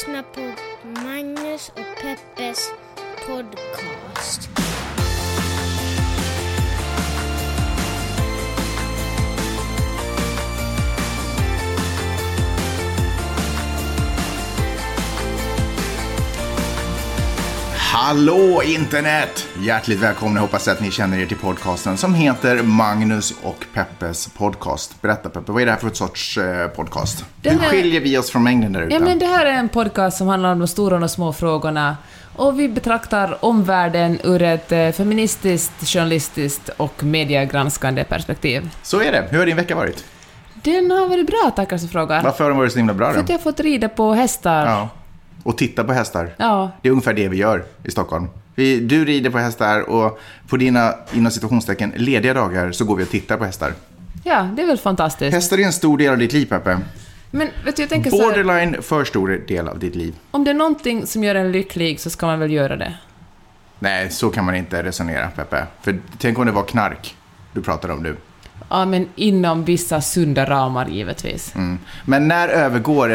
lyssnar på Magnus och Peppes podcast. Hallå internet! Hjärtligt välkomna, hoppas att ni känner er till podcasten som heter Magnus och Peppes podcast. Berätta Peppe, vad är det här för ett sorts podcast? Hur skiljer vi oss från mängden där ute? Ja, men det här är en podcast som handlar om de stora och de små frågorna. Och vi betraktar omvärlden ur ett feministiskt, journalistiskt och mediegranskande perspektiv. Så är det. Hur har din vecka varit? Den har varit bra, tackar så frågar. Varför har den varit så himla bra då? För att jag har fått rida på hästar. Ja. Och titta på hästar. Ja. Det är ungefär det vi gör i Stockholm. Du rider på hästar och på dina, inom situationstecken, lediga dagar så går vi och tittar på hästar. Ja, det är väl fantastiskt. Hästar är en stor del av ditt liv, Peppe. Men vet du, jag tänker så här, Borderline för stor del av ditt liv. om det är någonting som gör en lycklig så ska man väl göra det. Nej, så kan man inte resonera, Peppe. För tänk om det var knark du pratade om nu. Ja, men inom vissa sunda ramar givetvis. Mm. Men när övergår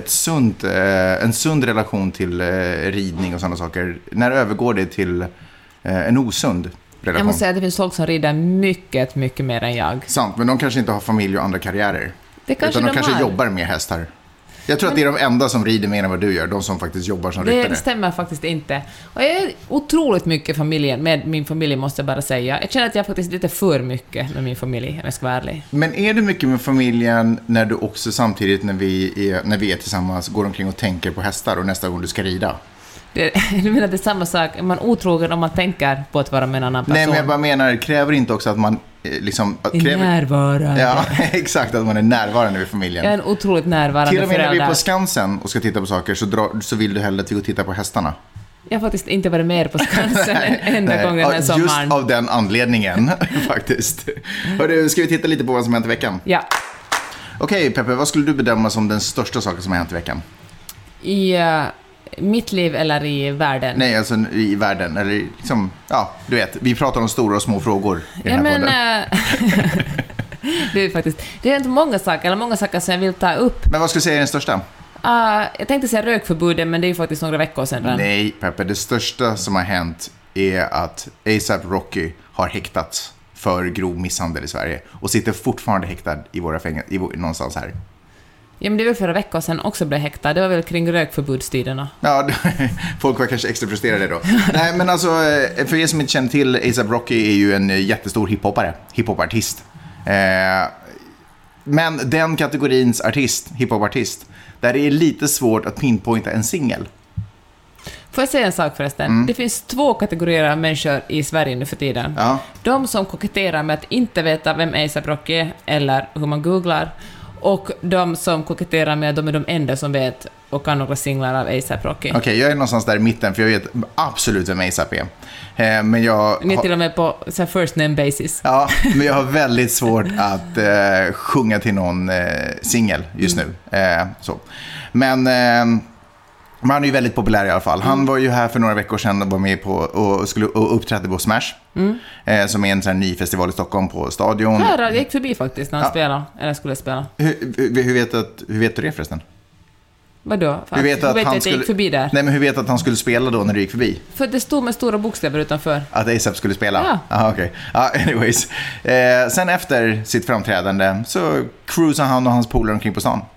en sund relation till ridning och sådana saker, när övergår det till en osund relation? Jag måste säga att det finns folk som rider mycket, mycket mer än jag. Sant, men de kanske inte har familj och andra karriärer. Det kanske utan de kanske har. jobbar med hästar. Jag tror att det är de enda som rider mer än vad du gör, de som faktiskt jobbar som ryttare. Det stämmer faktiskt inte. Och jag är otroligt mycket med min familj, måste jag bara säga. Jag känner att jag faktiskt lite för mycket med min familj, om jag ska vara ärlig. Men är du mycket med familjen när du också samtidigt när vi är tillsammans går omkring och tänker på hästar och nästa gång du ska rida? Du menar det är samma sak, är man otrogen om man tänker på att vara med en annan person? Nej, men jag bara menar, kräver inte också att man liksom... Närvarande. Ja, exakt, att man är närvarande vid familjen. Jag är en otroligt närvarande till och med förälder. när vi är på Skansen och ska titta på saker så vill du hellre att vi går och titta på hästarna. Jag har faktiskt inte varit med på Skansen en enda gång den här sommaren. Just av den anledningen, faktiskt. Hörru, ska vi titta lite på vad som hänt i veckan? Ja. Okej, Peppe, vad skulle du bedöma som den största saken som har hänt i veckan? I mitt liv eller i världen? Nej, alltså i världen. Eller liksom, ja, du vet, vi pratar om stora och små frågor i den här podden. Det är inte många saker som jag vill ta upp. Men vad skulle du säga är den största? Jag tänkte säga rökförbudet, men det är ju faktiskt några veckor sedan. Nej, Peppe, det största som har hänt är att A$AP Rocky har häktats för grov misshandel i Sverige och sitter fortfarande häktad i våra fängelser, någonstans här. Ja, men det var förra veckan sedan också blev häktad. Det var väl kring rökförbudstiderna. Ja, folk var kanske extra frustrerade då. Nej, men alltså, för er som inte känner till, A$AP Rocky är ju en jättestor hiphopartist. Men den kategorins hiphopartist, där det är lite svårt att pinpointa en singel. Får jag säga en sak förresten? Det finns 2 kategorier av människor i Sverige nu för tiden. Ja. De som koketterar med att inte veta vem A$AP Rocky är eller hur man googlar. Och de som koketterar med att de är de enda som vet och kan några singlar av A$AP Rocky. Okej, jag är någonstans där i mitten för jag vet absolut vem A$AP är. Men jag Ni är till och med på så här first name basis. Ja, men jag har väldigt svårt att sjunga till någon singel just nu. Så. Men han är ju väldigt populär i alla fall. Han var ju här för några veckor sedan och var med på och uppträdde på Smash. Som är en sån här ny festival i Stockholm på Stadion. Här, jag gick förbi faktiskt när han spelade, eller skulle spela. Hur vet du det förresten? Vadå? Hur vet du att han gick förbi där? Nej, men hur vet du att han skulle spela då när du gick förbi? För det stod med stora bokstäver utanför. Att A$AP skulle spela? Ja. Aha, okej. Anyways. Sen efter sitt framträdande så cruisar han och hans polare omkring på stan.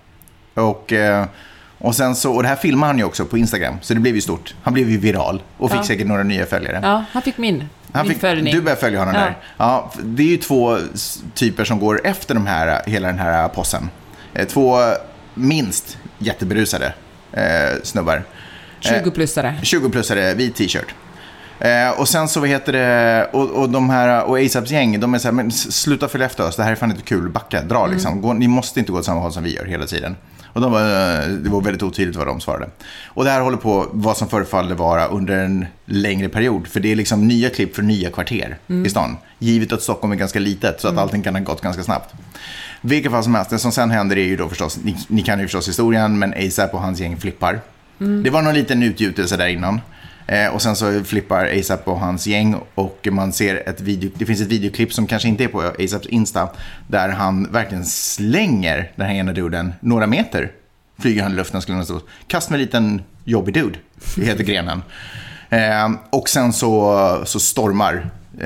Och sen så, och det här filmar han ju också på Instagram, så det blev ju stort. Han blev ju viral och fick säkert några nya följare. Ja, han fick min följning. Du började följa honom där. Ja, det är ju 2 typer som går efter hela den här possen. 2 minst jätteberusade snubbar. 20-plussare. Vit t-shirt. Och sen så, vad heter det, och de här, och A$APs gäng, de är så här, men sluta följa efter oss, det här är fan inte kul, backa, dra liksom. Ni måste inte gå åt samma håll som vi gör hela tiden. Och det var väldigt otydligt vad de svarade. Och det här håller på vad som förefaller vara under en längre period. För det är liksom nya klipp för nya kvarter i stan. Givet att Stockholm är ganska litet så att allting kan ha gått ganska snabbt. Vilket fall som helst, det som sen händer är ju då förstås, ni kan ju förstås historien, men A$AP och hans gäng flippar. Det var någon liten utgjutelse där innan. Och sen så flippar A$AP och hans gäng och man ser det finns ett videoklipp som kanske inte är på A$APs Insta där han verkligen slänger den här ena duden några meter flyger han i luften, skulle han stå. Kast med en liten jobbig dude, det heter grenen. Och sen så stormar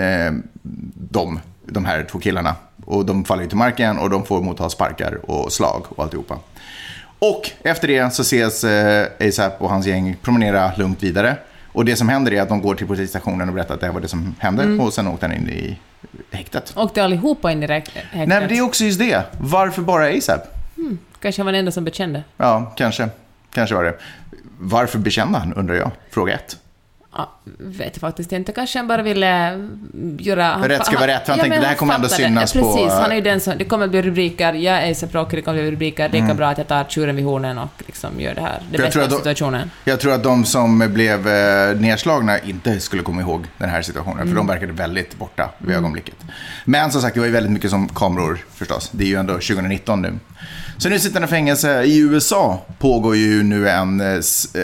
de här 2 killarna. Och de faller till marken och de får motta sparkar och slag och alltihopa. Och efter det så ses ASAP och hans gäng promenera lugnt vidare. Och det som händer är att de går till polisstationen och berättar att det var det som hände. Och sen åkte han in i häktet. Och det allihopa in i häktet? Nej, men det är också just det. Varför bara ASAP? Kanske var den enda som bekände. Ja, kanske var det. Varför bekände han, undrar jag? Fråga 1. Ja, vet faktiskt inte. Kanske han bara ville göra... Rätt ska vara rätt. Han tänkte, det här kommer ändå synas på... Precis, han är ju den som... Det kommer att bli rubriker. Jag är ASAP Rocky, det kommer att bli rubriker. Lika bra att jag tar tjuren vid hornen och liksom gör det här. Det bästa av situationen. Jag tror att de som blev nedslagna inte skulle komma ihåg den här situationen. För de verkade väldigt borta vid ögonblicket. Men som sagt, det var ju väldigt mycket som kameror förstås. Det är ju ändå 2019 nu. Så nu sitter han i fängelse. I USA pågår ju nu en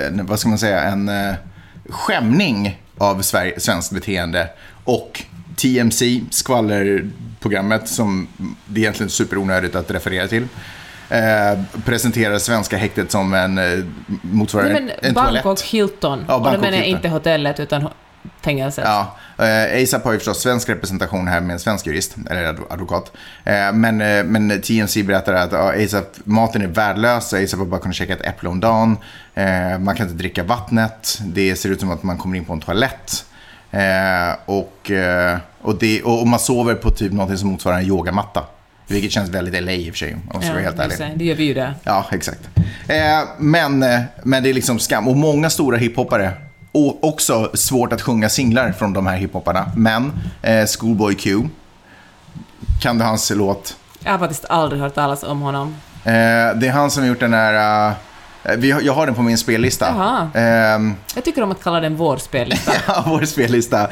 skämning av svenskt beteende, och TMC, skvallerprogrammet som det är egentligen superonödigt att referera till, presenterar svenska häktet som en motsvarande en toalett. Bangkok Hilton. Ja, och det menar inte hotellet utan fängelset. Ja, ASAP har ju förstås svensk representation här med en svensk jurist eller advokat. Men TMC berättar att ASAP, maten är värdelös. ASAP har bara kunnat käka ett äpple om dagen. Man kan inte dricka vattnet. Det ser ut som att man kommer in på en toalett. Och man sover på typ något som motsvarar en yogamatta. Vilket känns väldigt LA i och för sig, om man ska vara helt ärlig. Det gör vi ju det. Ja, exakt. Men det är liksom skam. Och många stora hiphoppare. Och också svårt att sjunga singlar från de här hiphopparna. Men Schoolboy Q, kan du hans låt? Jag har faktiskt aldrig hört talas om honom. Det är han som har gjort den här... jag har den på min spellista. Jag tycker om att kalla den vår spellista. Ja, vår spellista.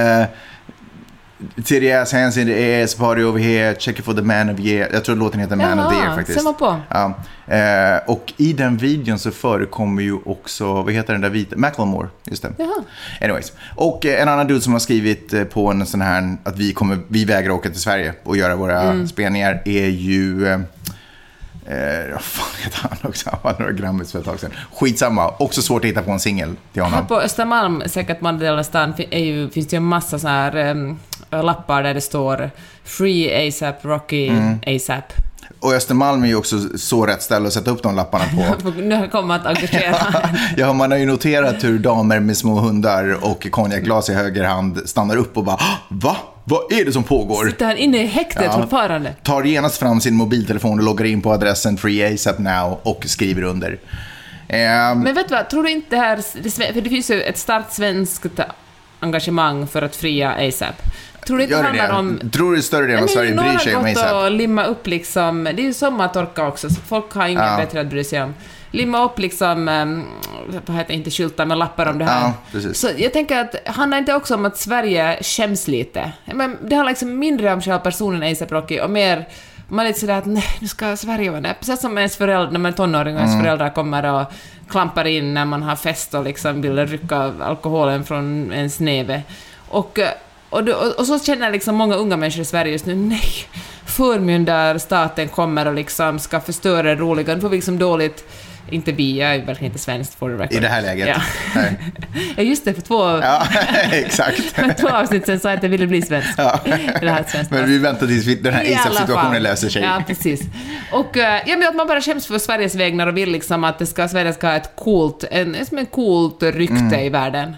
TDS, hands in the ass, party over here, check it for the man of year. Jag tror låten heter Man of the year faktiskt. Samma på. Ja. Och i den videon så förekommer ju också, vad heter den där vita? Macklemore, just det. Jaha. Anyways. Och en annan dude som har skrivit på en sån här att vi vägrar åka till Sverige och göra våra spelningar är ju... vad fan heter han också? Han var några Grammys för ett tag sedan. Skitsamma. Också svårt att hitta på en singel till honom. Här på Östermalm, säkert Mandela stan, finns det ju en massa så här lappar där det står Free ASAP, Rocky ASAP. Och Östermalm är ju också så rätt ställe att sätta upp de lapparna på. Nu kommer att engagera. Ja, man har ju noterat hur damer med små hundar och konjakglas i höger hand stannar upp och bara, va? Vad är det som pågår? Sitter han inne i häktet fortfarande? Tar genast fram sin mobiltelefon och loggar in på adressen Free ASAP Now och skriver under. Men vet du vad, tror du inte det här... För det finns ju ett starkt svenskt engagemang för att fria ASAP. Tror du inte handlar om... Tror du det är större del av Sverige bryr sig om ASAP? Några har gått och limma upp liksom... Det är ju sommartorka också, så folk har inget bättre att bry sig om. Limma upp liksom... vad heter inte skyltar med lappar om det här. Ja, precis. Så jag tänker att det handlar inte också om att Sverige skäms lite. Men det handlar liksom mindre om själva personen ASAP Rocky och mer... Man är lite sådär att nej, nu ska Sverige vara där. Precis som ens föräldrar, när man är tonåring och ens föräldrar kommer och klampar in när man har fest och liksom vill rycka alkoholen från ens näve. Och så känner liksom många unga människor i Sverige just nu, nej, förmyndarstaten kommer och liksom ska förstöra det roliga. Nu får vi liksom dåligt, inte vi, jag är verkligen inte svensk for the record. I det här läget. Ja, ja just det, för 2 exakt. för 2 avsnitt sen sa jag att jag ville bli svensk. Ja. Det här svensk. Men vi väntar tills den här ASAP-situationen löser sig. Ja, precis. Och men att man bara skäms för Sveriges vägnar och vill liksom att Sverige ska ha ett coolt rykte i världen.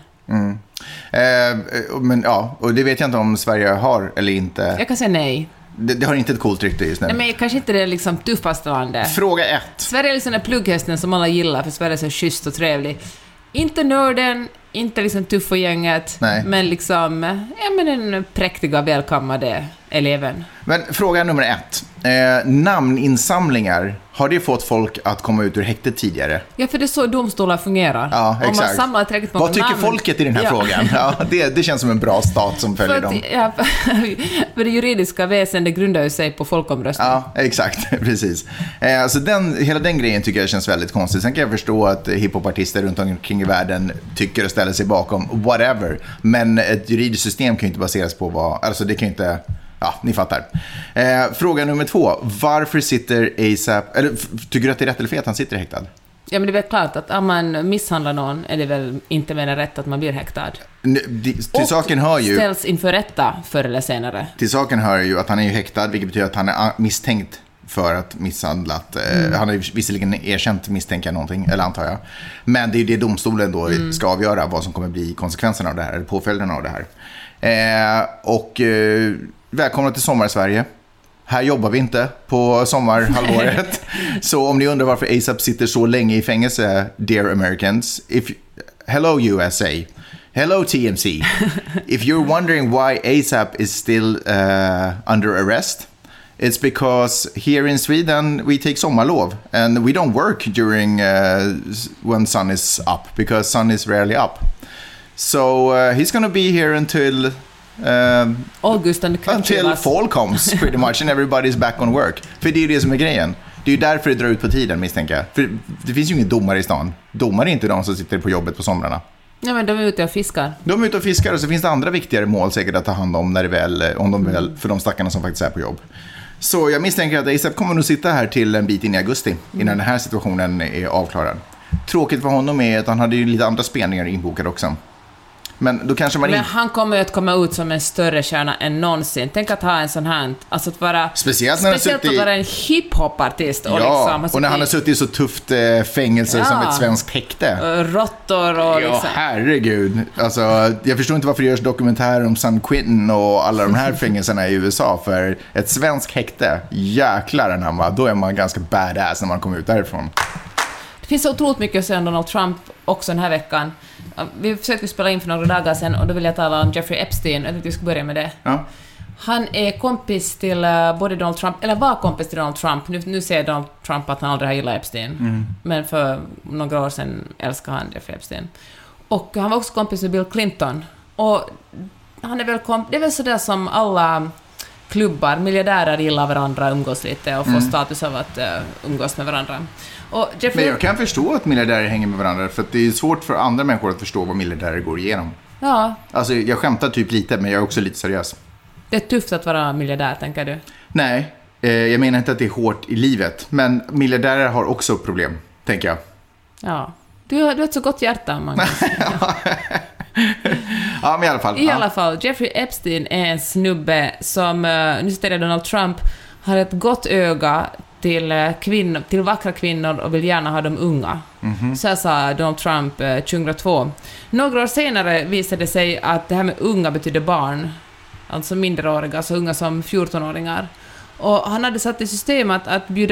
Men ja, och det vet jag inte om Sverige har eller inte. Jag kan säga nej. Det har inte ett coolt rykte just nu. Nej, men kanske inte det liksom tuffaste landet. Fråga 1. Sverige är liksom den plugghästen som alla gillar, för Sverige är så schysst och trevlig. Inte nörden, inte liksom tuff och gänget, men liksom den präktiga, välkammade eleven. Men fråga nummer 1. Namninsamlingar, har det fått folk att komma ut ur häktet tidigare? Ja, för det är så domstolar fungerar. Ja, exakt. Om man samlar tillräckligt många Vad tycker folket i den här frågan? Ja, det känns som en bra stat som följer dem. Ja, för det juridiska väsendet grundar ju sig på folkomröstning. Ja, exakt. Precis. Så hela den grejen tycker jag känns väldigt konstigt. Sen kan jag förstå att hiphopartister runt omkring i världen tycker och ställer sig bakom whatever. Men ett juridiskt system kan ju inte baseras på vad... Alltså det kan ju inte... Ja, ni fattar. Fråga nummer 2. Varför sitter ASAP... Eller tycker du att det är rätt eller fel att han sitter häktad? Ja, men det är väl klart att om man misshandlar någon är det väl inte mer än rätt att man blir häktad. Till saken hör ju... ställs inför rätta förr eller senare. Till saken hör ju att han är ju häktad, vilket betyder att han är misstänkt för att misshandlat. Han har ju visserligen erkänt misstänka någonting, eller antar jag. Men det är ju det domstolen då ska avgöra vad som kommer bli konsekvenserna av det här, eller påföljderna av det här. Välkomna till Sommar i Sverige. Här jobbar vi inte på sommarhalvåret. Så om ni undrar varför ASAP sitter så länge i fängelse, dear Americans, hello USA, hello TMC. If you're wondering why ASAP is still under arrest, it's because here in Sweden we take sommarlov and we don't work during when sun is up, because sun is rarely up. So he's going to be here until until fall comes pretty much and everybody's back on work. För det är ju det som är grejen. Det är ju därför det drar ut på tiden, misstänker jag. För det finns ju ingen domare i stan. Domare är inte de som sitter på jobbet på somrarna. Ja, men de är ute och fiskar. De är ute och fiskar, och så finns det andra viktigare mål säkert att ta hand om när det väl, om de väl, för de stackarna som faktiskt är på jobb. Så jag misstänker att ASAP kommer nog sitta här till en bit in i augusti innan den här situationen är avklarad. Tråkigt för honom är att han hade ju lite andra spelningar inbokade också. Men då kanske man Men han kommer ju att komma ut som en större stjärna än någonsin. Tänk att ha en sån här, alltså att vara speciellt att vara en hip-hop-artist och och när han har suttit i så tufft fängelse som ett svenskt häkte. Råttor och liksom. Ja, herregud. Alltså, jag förstår inte varför det görs dokumentärer om San Quentin och alla de här fängelserna i USA, för ett svenskt häkte, jäklar anamma, då är man ganska badass när man kommer ut därifrån. Det finns så otroligt mycket att säga om Donald Trump också den här veckan. Vi försökte spela in för några dagar sedan och då vill jag tala om Jeffrey Epstein. Jag tänkte vi ska börja med det. Ja. Han är kompis till både Donald Trump, eller var kompis till Donald Trump. Nu säger Donald Trump att han aldrig har gillat Epstein. Men för några år sedan älskade han Jeffrey Epstein. Och han var också kompis med Bill Clinton. Och han är väl det är väl sådär som alla klubbar, miljardärer gillar varandra, umgås lite och får status av att umgås med varandra. Och Jeffrey... Men jag kan förstå att miljardärer hänger med varandra, för att det är svårt för andra människor att förstå vad miljardärer går igenom. Ja. Alltså jag skämtar typ lite, men jag är också lite seriös. Det är tufft att vara miljardär, tänker du? Nej, jag menar inte att det är hårt i livet, men miljardärer har också problem, tänker jag. Ja, du har ett så gott hjärta, Magnus. Ja, men i alla fall. I alla fall, Jeffrey Epstein är en snubbe som, nu citerar Donald Trump, har ett gott öga till vackra kvinnor och vill gärna ha dem unga. Så här sa Donald Trump 2002. Några år senare visade det sig att det här med unga betyder barn. Alltså minderåriga, så unga som 14-åringar. Och han hade satt i system att bjuda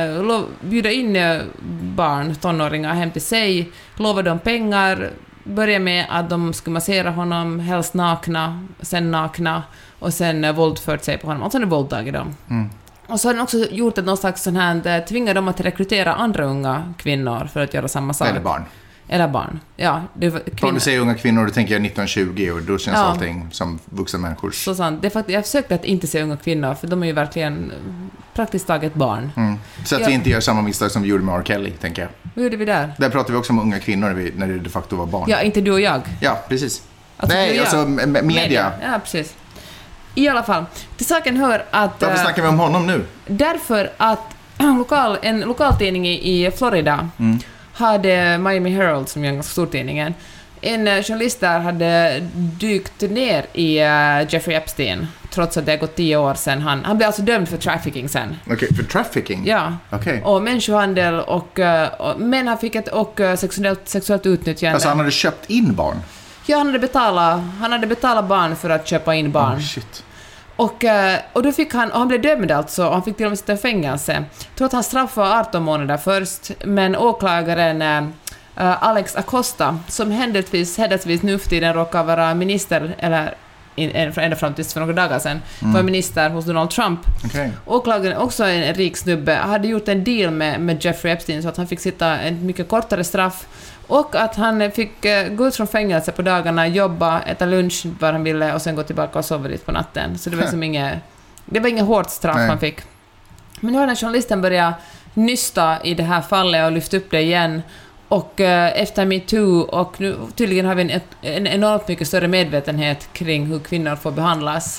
in barn, tonåringar hem till sig, lova dem pengar, börja med att de skulle massera honom, helst nakna, och sen våldfört sig på honom. Alltså han våldtagit dem. Och så har han också gjort någon slags sån här, tvingar dem att rekrytera andra unga kvinnor för att göra samma sak. Eller barn. Ja, om du säger unga kvinnor, då tänker jag 1920 och då känns allting som vuxna människor. Så sant. Det är faktiskt, jag försökte att inte se unga kvinnor, för de är ju verkligen praktiskt taget barn. Så att vi inte gör samma misstag som vi gjorde med R. Kelly, tänker jag. Hur gjorde vi där? Där pratar vi också om unga kvinnor när det de facto var barn. Ja, inte du och jag. Ja, precis. Alltså, nej, alltså media. Ja, precis. I alla fall, till saken hör att... Varför snackar vi om honom nu? Därför att en lokaltidning i Florida hade Miami Herald, som är en ganska stor tidningen. En journalist där hade dykt ner i Jeffrey Epstein, trots att det har gått 10 år sedan. Han blev alltså dömd för trafficking sen. Okej, för trafficking? Ja. Okay. Och människohandel men han fick sexuellt utnyttjande. Alltså han hade köpt in barn? Ja, han hade betalat barn för att köpa in barn. Oh, shit. Och då fick han blev dömd alltså, och han fick till och med sitta i fängelse. Jag tror att han straffade 18 månader först, men åklagaren Alex Acosta, som händelsevis nu för tiden råkar vara minister, eller ända fram till för några dagar sedan, var minister hos Donald Trump. Okay. Åklagaren, också en rik snubbe, hade gjort en deal med Jeffrey Epstein så att han fick sitta en mycket kortare straff, och att han fick gå ut från fängelse på dagarna, jobba, äta lunch var han ville och sen gå tillbaka och sova lite på natten. Så det var som inget hårt straff han fick. Men nu har den journalisten börjat nysta i det här fallet och lyft upp det igen. Och efter MeToo, och nu tydligen har vi en enormt mycket större medvetenhet kring hur kvinnor får behandlas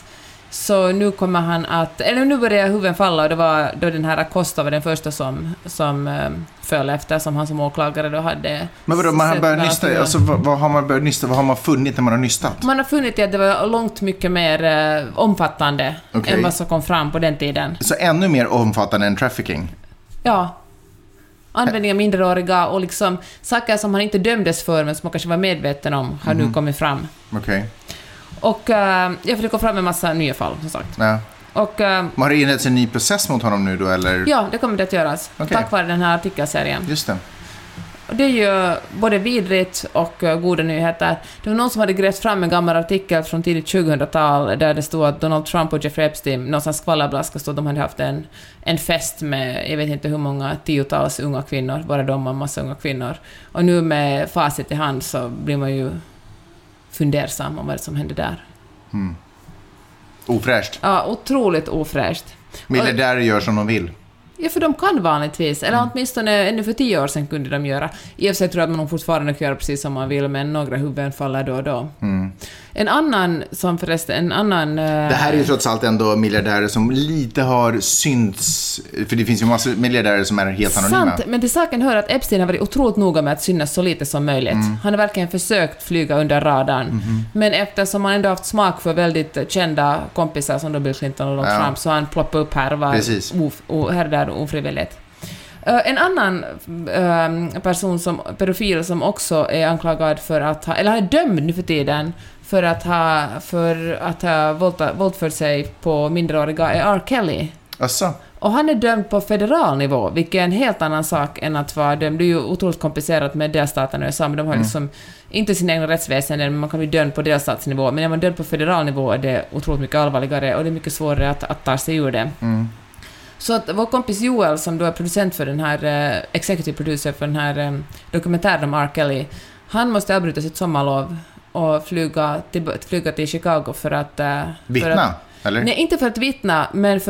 Så nu kommer han att... Eller nu börjar huven falla och det var då den här Acosta var den första som föll efter, som han som åklagare då hade... Men vadå, man har börjat nysta? Alltså, vad har man börjat nysta? Vad har man funnit när man har nystat? Man har funnit att det var långt mycket mer omfattande än vad som kom fram på den tiden. Så ännu mer omfattande än trafficking? Ja. Användning av minderåriga och liksom saker som han inte dömdes för men som man kanske var medveten om har nu kommit fram. Okej. Och jag fick gå fram med en massa nya fall, som sagt. Ja. Och, har det inletts en ny process mot honom nu då, eller? Ja, det kommer det att göras. Tack vare den här artikelserien. Just det. Och det är ju både vidrigt och goda nyheter. Det var någon som hade grävt fram en gammal artikel från tidigt 2000-tal där det stod att Donald Trump och Jeffrey Epstein, någonstans skvallerblaska stod, de hade haft en fest med, jag vet inte hur många, 10-tals unga kvinnor, bara de och en massa unga kvinnor. Och nu med facit i hand så blir man ju fundersam om vad som hände där. Ofräscht. Ja, otroligt ofräscht. Miljardärer gör som de vill. Ja, för de kan vanligtvis. Eller åtminstone ännu för 10 år sedan kunde de göra. I och för sig tror jag att man fortfarande kan göra precis som man vill, men några huvuden faller då och då. En annan som förresten... Det här är ju trots allt ändå miljardärer som lite har synts... För det finns ju massor miljardärer som är helt anonyma. Sant, men till saken hör att Epstein har varit otroligt noga med att synas så lite som möjligt. Han har verkligen försökt flyga under radarn. Men eftersom han ändå haft smak för väldigt kända kompisar som Bill Clinton och Donald Trump, så har han ploppat upp här här där ofrivilligt. En annan person som pedofil som också är anklagad för att ha, eller är dömd nu för tiden för att ha våldfört sig på minderåriga är R. Kelly. Asså? Och han är dömd på federal nivå, vilket är en helt annan sak än att vara dömd. Det är ju otroligt komplicerat med delstaterna i USA, men de har liksom inte sin egna rättsväsen, men man kan bli dömd på delstatsnivå. Men när man är dömd på federal nivå är det otroligt mycket allvarligare och det är mycket svårare att ta sig ur det. Så att vår kompis Joel, som då är producent för den här, executive producer för den här dokumentären om R. Kelly, han måste avbryta sitt sommarlov och flyga till Chicago för att... vittna? Eller? Nej, inte för att vittna, men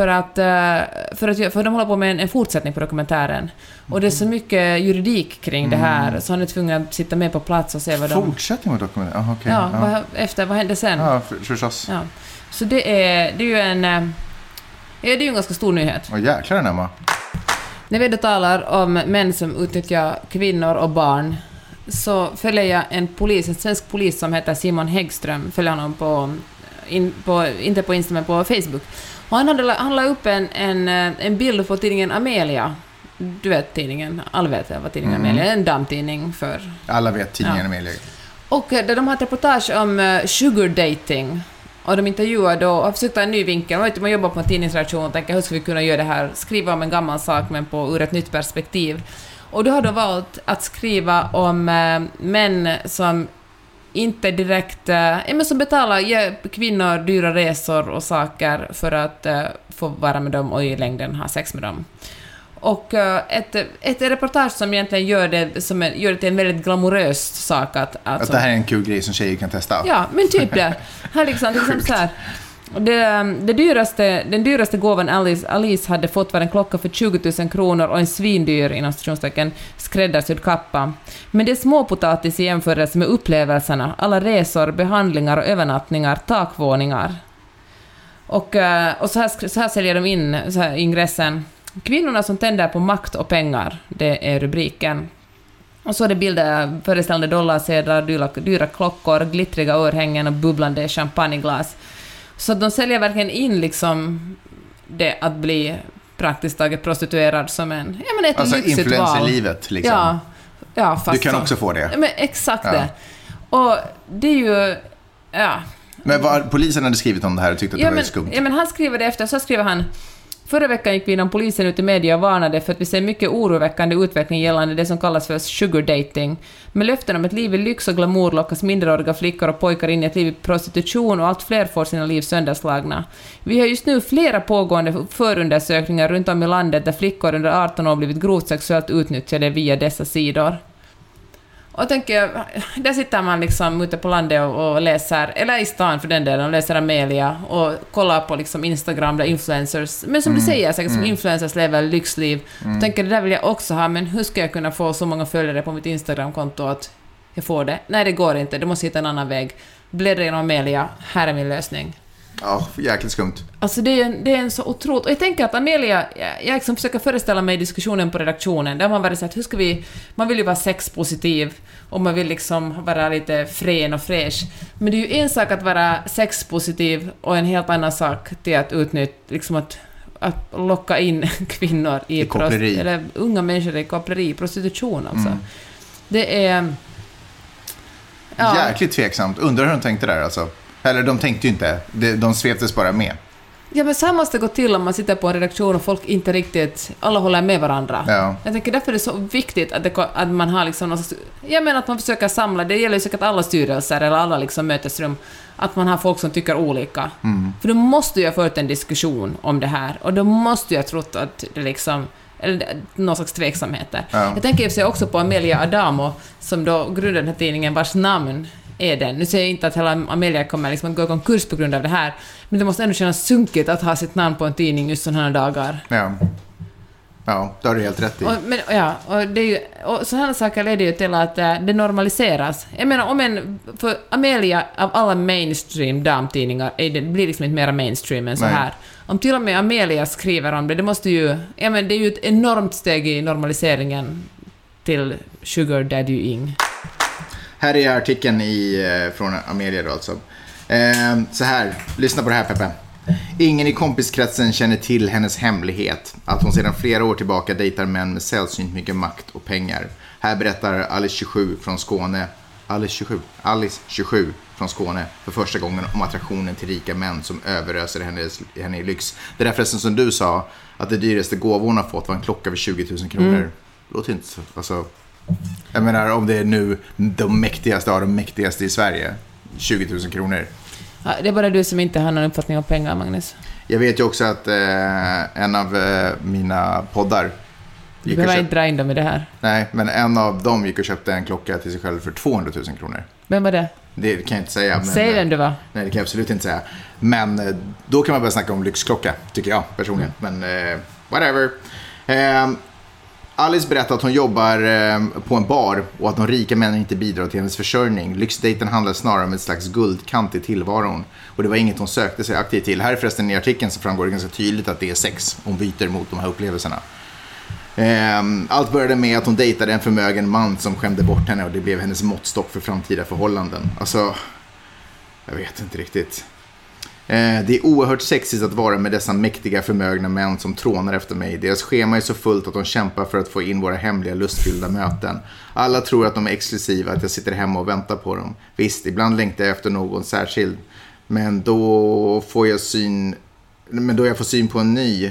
för de håller på med en fortsättning på dokumentären. Och det är så mycket juridik kring det här, så han är tvungen att sitta med på plats och se vad de... Fortsättning på dokumentären? Okay. Ja, vad hände sen? Ja, förstås. Ja. Så det är ju en... Ja, det är ju en ganska stor nyhet. Åh, jäklar Emma. När vi då talar om män som utnyttjar kvinnor och barn, så följer jag en svensk polis som heter Simon Häggström. Följer honom inte på Instagram, men på Facebook. Och han la upp en bild på tidningen Amelia. Du vet tidningen, alla vet vad tidningen Amelia är, en damtidning för... Alla vet tidningen Amelia. Och där de har ett reportage om sugar dating. Och de intervjuade och har försökt ta en ny vinkel. Man jobbar på en tidningsredaktion och tänker hur ska vi kunna göra det här? Skriva om en gammal sak men ur ett nytt perspektiv. Och då har de valt att skriva om män som inte direkt... men som betalar kvinnor dyra resor och saker för att få vara med dem och i längden ha sex med dem. Och ett reportage som egentligen gör det till en väldigt glamorös sak att det här är en kul grej som tjejer kan testa. Ja, men typ det. Här liksom så här. Den dyraste gåvan Alice hade fått var en klocka för 20 000 kronor och en svindyr, inom stationstecken, skräddarsydd kappa. Men det är småpotatis i jämförelse med upplevelserna, alla resor, behandlingar och övernattningar, takvåningar. Och så här säljer de in så här ingressen. Kvinnorna som tänder på makt och pengar, det är rubriken. Och så är det bilder föreställande dollarsedlar, dyra klockor, glittriga örhängen och bubblande champagneglas. Så de säljer verkligen in liksom det att bli praktiskt taget prostituerad som ett alltså lyxigt val. Influencerlivet liksom. Ja, fast du kan så. också få det. Men exakt det. Och det är ju... Ja. Men polisen hade skrivit om det här och tyckte att det var skumt. Ja, men han skriver det efter, så skriver han: förra veckan gick vi inom polisen ut i media och varnade för att vi ser mycket oroväckande utveckling gällande det som kallas för sugar dating. Med löften om ett liv i lyx och glamour lockas minderåriga flickor och pojkar in i ett liv i prostitution och allt fler får sina liv sönderslagna. Vi har just nu flera pågående förundersökningar runt om i landet där flickor under 18 år blivit grovt sexuellt utnyttjade via dessa sidor. Och tänker, där sitter man liksom ute på landet och läser, eller i stan för den delen, och läser Amelia och kollar på liksom Instagram där influencers, men som du säger, säkert som influencers lever lyxliv. Och tänker, det där vill jag också ha, men hur ska jag kunna få så många följare på mitt Instagram-konto att jag får det? Nej, det går inte, du måste hitta en annan väg. Bläddra genom Amelia, här är min lösning. Ja, jäkligt skumt. Alltså det är en så otroligt... Och jag tänker att Amelia, jag liksom försöker föreställa mig diskussionen på redaktionen, där man var så att hur ska vi... Man vill ju vara sexpositiv och man vill liksom vara lite frän och fräsch. Men det är ju en sak att vara sexpositiv och en helt annan sak till att utnyttja, liksom att locka in kvinnor i koppleri. Eller unga människor i koppleri, prostitution alltså. Det är... Ja. Jäkligt tveksamt. Undrar hur de tänkte där alltså. Eller de tänkte ju inte. De sveptes bara med. Ja, men så här måste det gå till om man sitter på en redaktion och folk inte riktigt... Alla håller med varandra. Ja. Jag tänker därför är det så viktigt att man har liksom någon slags... Jag menar att man försöker samla... Det gäller ju säkert alla styrelser eller alla liksom mötesrum. Att man har folk som tycker olika. För då måste jag ha fört en diskussion om det här. Och då måste jag ha trott att det liksom... Eller någon slags tveksamheter. Ja. Jag tänker ju sig också på Amelia Adamo som då grundade den här tidningen vars namn är den. Nu säger jag inte att hela Amelia kommer liksom att gå i konkurs på grund av det här, men det måste ändå kännas sunkigt att ha sitt namn på en tidning just sådana här dagar. Ja, det har du helt rätt i. Och det är ju, och sådana saker leder ju till att det normaliseras. Jag menar, för Amelia av alla mainstream damtidningar, det blir liksom inte mera mainstream än så här. Om till och med Amelia skriver om det måste ju... Ja, men det är ju ett enormt steg i normaliseringen till Sugar Daddying. Här är artikeln från Amelia då alltså. Så här, lyssna på det här Peppe. Ingen i kompiskretsen känner till hennes hemlighet. Att hon sedan flera år tillbaka dejtar män med sällsynt mycket makt och pengar. Här berättar Alice 27 från Skåne. Alice 27 från Skåne för första gången om attraktionen till rika män som överöser henne i lyx. Det där förresten som du sa, att det dyraste gåvor hon har fått var en klocka för 20 000 kronor. Låter inte så, alltså, jag menar om det är nu de mäktigaste av de mäktigaste i Sverige, 20 000 kronor. Ja, det är bara du som inte har någon uppfattning om pengar, Magnus. Jag vet ju också att en av mina poddar... Du behöver inte dra in dem i det här. Nej, men en av dem gick och köpte en klocka till sig själv för 200 000 kronor. Vem var det? Det kan jag inte säga. Men, säg vem du var. Nej, det kan jag absolut inte säga. Men då kan man börja snacka om lyxklocka, tycker jag personligen. Men whatever. Alice berättar att hon jobbar på en bar och att de rika männen inte bidrar till hennes försörjning. Lyxdejten handlar snarare om ett slags guldkant i tillvaron. Och det var inget hon sökte sig aktivt till. Här är förresten i artikeln så framgår det ganska tydligt att det är sex. Hon byter mot de här upplevelserna. Allt började med att hon dejtade en förmögen man som skämde bort henne och det blev hennes måttstock för framtida förhållanden. Alltså, jag vet inte riktigt. Det är oerhört sexigt att vara med dessa mäktiga förmögna män som trånar efter mig. Deras schema är så fullt att de kämpar för att få in våra hemliga lustfyllda möten. Alla tror att de är exklusiva, att jag sitter hemma och väntar på dem. Visst, ibland längtar jag efter någon särskild. Men då får jag får syn på en ny...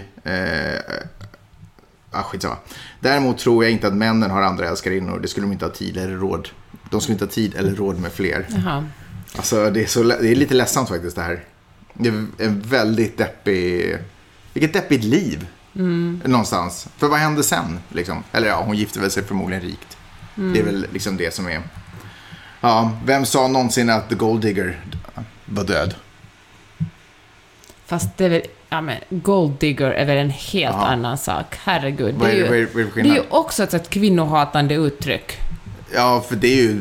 skitsamma. Däremot tror jag inte att männen har andra älskarinnor. Det skulle de inte ha tid eller råd. De skulle inte ha tid eller råd med fler. Jaha. Alltså det är lite ledsamt faktiskt det här. Det är en väldigt vilket deppigt liv någonstans. För vad hände sen liksom? Eller ja, hon gifte väl sig förmodligen rikt. Det är väl liksom det som är. Ja, vem sa någonsin att The Gold Digger var död? Fast det är väl, ja men Gold Digger är väl en helt annan sak. Herregud. Vad är det är ju också ett kvinnohatande uttryck. Ja, för det är ju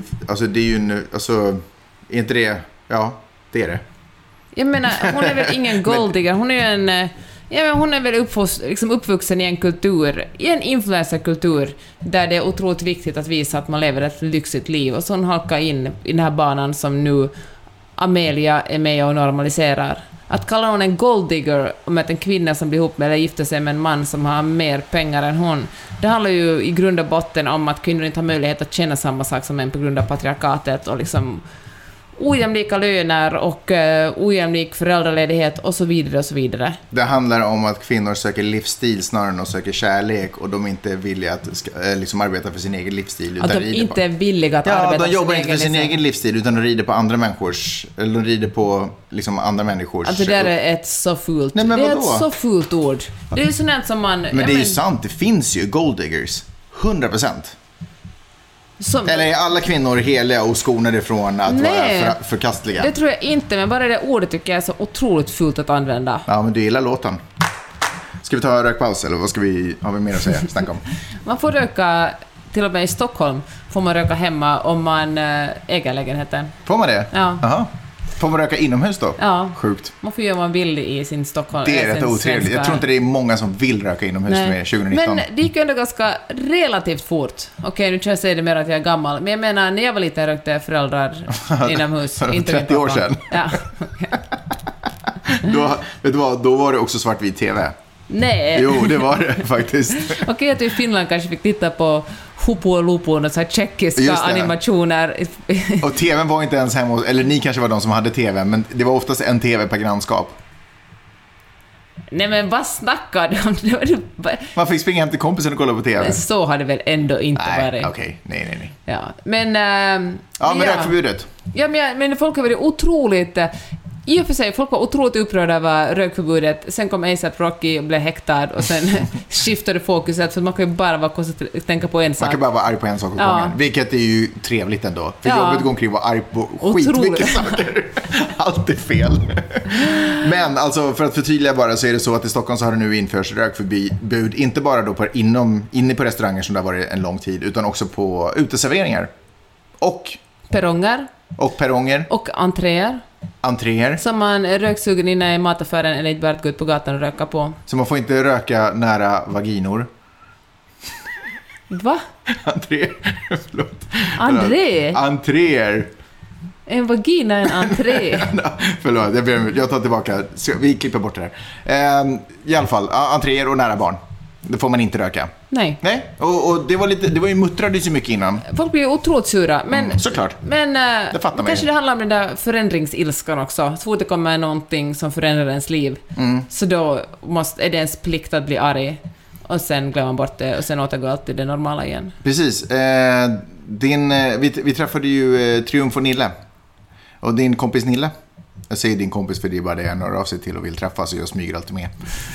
är inte det? Ja, det är det. Jag menar, hon är väl ingen golddigger. Hon är hon är väl uppvuxen i en kultur, i en influencerkultur där det är otroligt viktigt att visa att man lever ett lyxigt liv. Och så hon halkar in i den här banan som nu Amelia är med och normaliserar. Att kalla hon en golddigger om att en kvinna som blir ihop med eller gifter sig med en man som har mer pengar än hon. Det handlar ju i grund och botten om att kvinnor inte har möjlighet att känna samma sak som män på grund av patriarkatet och liksom ojämlika löner och ojämlik föräldraledighet och så vidare och så vidare. Det handlar om att kvinnor söker livsstil snarare än att söker kärlek och de inte är villiga att liksom arbeta för sin egen livsstil. Att de inte är villiga att arbeta för sin egen livsstil. Ja, de jobbar inte för sin egen livsstil utan de rider på andra människors, eller de rider på liksom andra människors. Alltså det där är ett så fult. Nej, men det är vadå? ett så fult ord. Det är ju sånt som man... Men det är ju sant, det finns ju gold diggers. 100%. Eller är alla kvinnor heliga och skonade ifrån att vara förkastliga? Det tror jag inte, men bara det ordet tycker jag är så otroligt fult att använda. Ja, men du gillar låten. Ska vi ta rökpaus eller vad har vi mer att säga? Snacka om. Man får röka, till och med i Stockholm får man röka hemma om man äger lägenheten. Får man det? Ja. Aha. Får man röka inomhus då? Ja. Sjukt. Man får göra vad man vill i sin Stockholm. Det är rätt otrevligt. Jag tror inte det är många som vill röka inomhus med 2019. Men det gick ju ändå ganska relativt fort. Okej, nu kan jag säga det mer att jag är gammal. Men jag menar, när jag var liten rökte föräldrar inomhus. Inte 30 år sedan. Ja. Vet du vad, då var det också svartvit tv. Nej. Jo, det var det faktiskt. Okej, att du i Finland kanske fick titta på Hupu och Lupu och så här tjeckiska animationer. Och tvn var inte ens hemma, eller ni kanske var de som hade tv, men det var oftast en tv per grannskap. Nej, men vad snackar du om? Man fick springa hem till kompisen och kolla på tv. Men så har det väl ändå inte varit. Okej. Nej. Ja, men... men rökförbudet. Ja, men folk har varit otroligt... I och för sig, folk var otroligt upprörda över rökförbudet. Sen kom A$AP Rocky och blev häktad och sen skiftade fokuset, för man kan ju bara tänka på en sak. Man kan bara vara arg på en sak och gången. Vilket är ju trevligt ändå. För jobbet går omkring och vara arg på skitmycket saker. Allt är fel. Men alltså, för att förtydliga bara, så är det så att i Stockholm så har det nu införts rökförbud. Inte bara då inne på restauranger som det har varit en lång tid, utan också på uteserveringar. Och perronger. Och entréer. Som man röksugen inne i mataffären eller inte bara att gå ut på gatan och röka på. Så man får inte röka nära vaginor. Va? Entréer. Förlåt. Entréer. En vagina är en entré. Förlåt, jag tar tillbaka. Vi klipper bort det här. I alla fall, entréer och nära barn. Det får man inte röka. Nej. Och det var ju muttrade så mycket innan. Folk blir ju otroligt sura. Men, såklart. Men det fattar man kanske det handlar om den där förändringsilskan också. Så fort det kommer någonting som förändrar ens liv. Så då är det ens plikt att bli arg. Och sen glömmer man bort det. Och sen återgår alltid det normala igen. Precis. Vi träffade ju Triumf och Nille. Och din kompis Nille. Jag säger din kompis för det är bara det jag når av sig till och vill träffa, så jag smyger alltid med.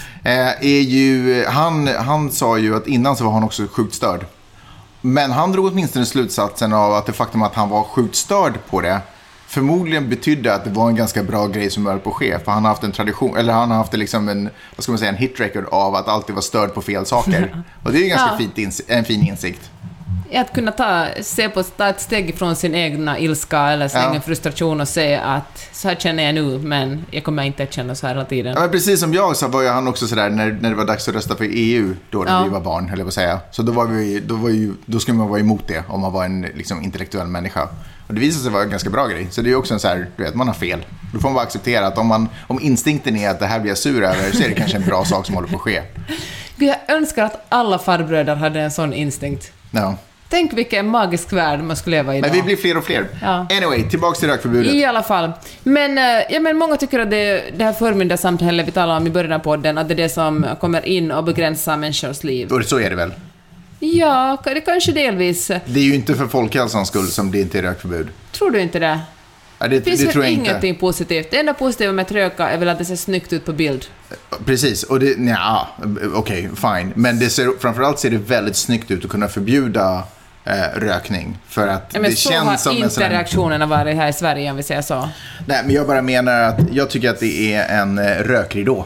Han sa ju att innan så var han också sjukt störd. Men han drog åtminstone slutsatsen av att det faktum att han var sjukt störd på det förmodligen betydde att det var en ganska bra grej som höll på att ske. För han har haft en tradition, eller han har haft liksom en hit record av att alltid vara störd på fel saker. Och det är ju ganska en fin insikt. Att kunna ta ett steg från sin egna ilska eller sin egen frustration och säga att så här känner jag nu, men jag kommer inte att känna så här hela tiden. Ja, men precis som jag så var ju han också sådär när det var dags att rösta för EU då när vi var barn, höll jag på att säga. Så då skulle man vara emot det om man var en liksom intellektuell människa. Och det visade sig vara en ganska bra grej. Så det är ju också en så här, du vet, man har fel. Då får man bara acceptera att om instinkten är att det här blir jag sur över, så är det kanske en bra sak som håller på att ske. Jag önskar att alla farbröder hade en sån instinkt. Ja. Tänk vilken magisk värld man skulle leva i idag. Men vi blir fler och fler. Ja. Anyway, tillbaks till rökförbudet. I alla fall. Men många tycker att det här förmyndarsamhället vi talade om i början av podden, att det är det som kommer in och begränsar människors liv. Och så är det väl? Ja, det kanske delvis. Det är ju inte för folkhälsans skull som det inte är rökförbud. Tror du inte det? Ja, det finns tror jag ingenting inte. Positivt. Det enda positiva med att röka är väl att det ser snyggt ut på bild. Precis, och okej, fine. Men framförallt ser det väldigt snyggt ut att kunna förbjuda rökning, för att det känns som en sån här... reaktionerna varit här i Sverige, om vi säger så. Nej, men jag bara menar att jag tycker att det är en rökridå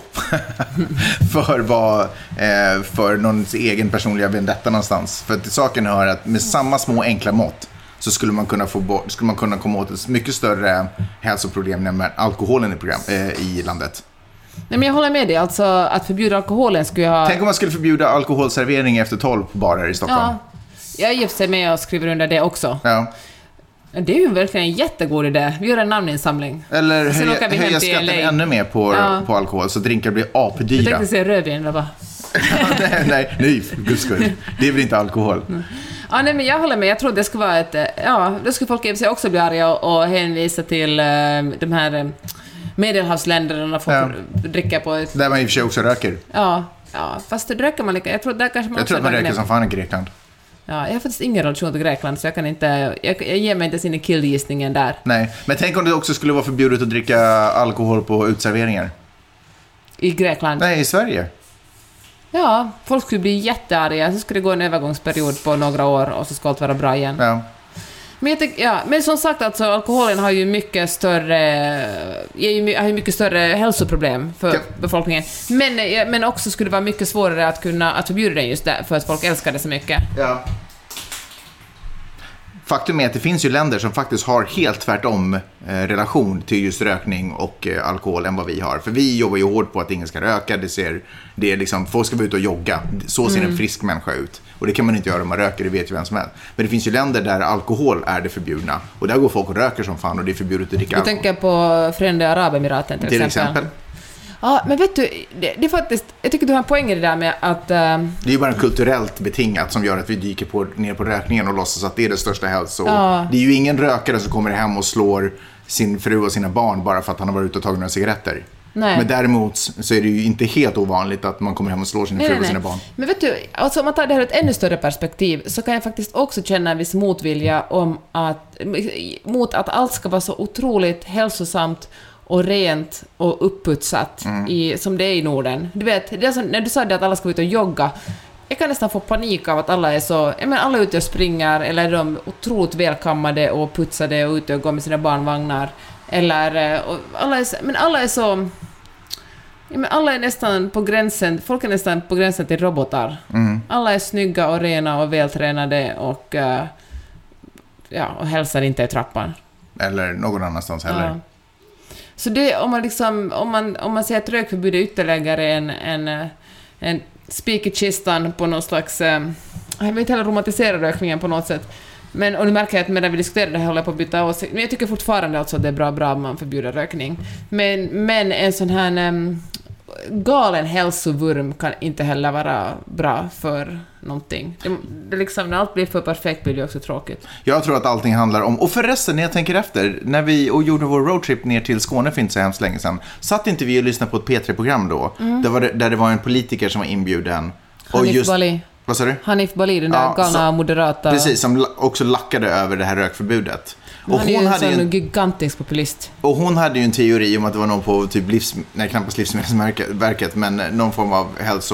för någons egen personliga vendetta någonstans. För att saken hör att med samma små enkla mått så skulle man kunna komma åt ett mycket större hälsoproblem än alkoholen i landet. Nej, men jag håller med dig, alltså att förbjuda alkoholen skulle ha... Tänk om man skulle förbjuda alkoholservering efter 12 barer i Stockholm. Ja. Jag är sig med och skriver under det också. Ja. Det är ju verkligen en jättegod idé. Vi gör en namninsamling. Eller höja skatten ännu mer på alkohol så drinkar blir apdyra. Jag tänkte säga rödvin, eller vad? nej, för guds skull. Det är väl inte alkohol. Ja, nej, men jag håller med. Jag tror det skulle vara då skulle folk i och för sig också bli arga och hänvisa till de här medelhavsländerna får dricka på ett... Där man i och för sig också röker. Ja, fast det röker man lika. Jag tror att man röker som fan i Grekland. Ja, jag har faktiskt ingen relation till Grekland, så jag ger mig inte sin killgissningen där. Nej, men tänk om det också skulle vara förbjudet att dricka alkohol på utserveringar. I Grekland? Nej, i Sverige. Ja, folk skulle bli jättearga. Så skulle det gå en övergångsperiod på några år och så ska allt vara bra igen. Ja. Men som sagt, alltså, alkoholen har ju mycket större hälsoproblem för befolkningen. Men också skulle det vara mycket svårare att förbjuda den just där, för att folk älskar det så mycket. Ja. faktum är att det finns ju länder som faktiskt har helt tvärtom relation till just rökning och alkohol än vad vi har. För vi jobbar ju hårt på att ingen ska röka. Det är liksom, folk ska vara ute och jogga. Så ser en frisk människa ut. Och det kan man inte göra om man röker, det vet ju vem som helst. Men det finns ju länder där alkohol är det förbjudna. Och där går folk och röker som fan och det är förbjudet att dricka alkohol. Du tänker på Förenade Arabemiraten till exempel. Ja, men vet du, det är faktiskt, jag tycker du har en poäng i det där med att... Det är ju bara en kulturellt betingat som gör att vi dyker ner på rökningen och låtsas att det är det största Det är ju ingen rökare som kommer hem och slår sin fru och sina barn bara för att han har varit ute och tagit några cigaretter. Nej. Men däremot så är det ju inte helt ovanligt att man kommer hem och slår sin fru och sina barn. Men vet du, alltså om man tar det här ett ännu större perspektiv så kan jag faktiskt också känna en viss motvilja mot att allt ska vara så otroligt hälsosamt och rent och uppputsat som det är i Norden. Du vet, det är som, när du sa det att alla ska ut och jogga, jag kan nästan få panik av att alla är så, alla är ute och springer eller är de otroligt välkammade och putsade och ute och går med sina barnvagnar eller alla är så alla är nästan på gränsen, folk är nästan på gränsen till robotar. Alla är snygga och rena och vältränade och och hälsar inte i trappan eller någon annanstans heller. Ja. Så det, om man säger att rökförbud är ytterligare en spik i kistan på någon slags... jag vill inte heller romantisera rökningen på något sätt. Och nu märker jag att medan vi diskuterar det här håller jag på att byta åsikt. Men jag tycker fortfarande alltså att det är bra om man förbjuder rökning. Men en sån här galen hälsovurm kan inte heller vara bra för någonting. Det liksom, när allt blir för perfekt blir det också tråkigt. Jag tror att allting handlar om... Och förresten, när jag tänker efter, när vi gjorde vår roadtrip ner till Skåne för inte så hemskt länge sedan, satt inte vi och lyssnade på ett P3-program då? Där det var en politiker som var inbjuden. Hanif Bali. Vad sa du? Hanif Bali, den där galna moderata... Precis, som också lackade över det här rökförbudet. Och hon hade en gigantisk populist. Och hon hade ju en teori om att det var någon på typ knappast Livsmedelsverket, men någon form av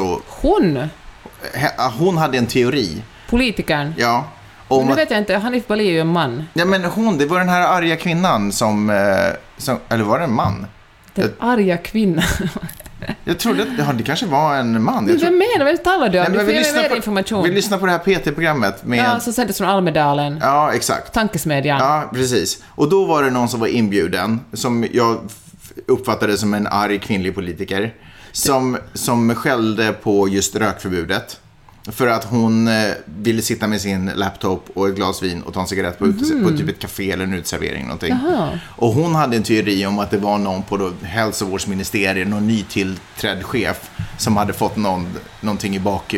Hon hade en teori. Politikern? Ja. Men nu vet jag inte, Hanif Bali är ju en man. Ja, men det var den här arga kvinnan som eller var det en man? Arga kvinnan. Jag trodde att det kanske var en man. Vem menar? Vem talar du om? Du får mer information. Vi lyssnar på det här PT-programmet. Som sändes från Almedalen. Ja, exakt. Tankesmedjan. Ja, precis. Och då var det någon som var inbjuden, som jag uppfattade som en arg kvinnlig politiker, som skällde på just rökförbudet. För att hon ville sitta med sin laptop och ett glas vin och ta en cigarett på typ ett café eller en utservering någonting. Och hon hade en teori om att det var någon på hälsovårdsministeriet, någon nytillträdd chef som hade fått någonting i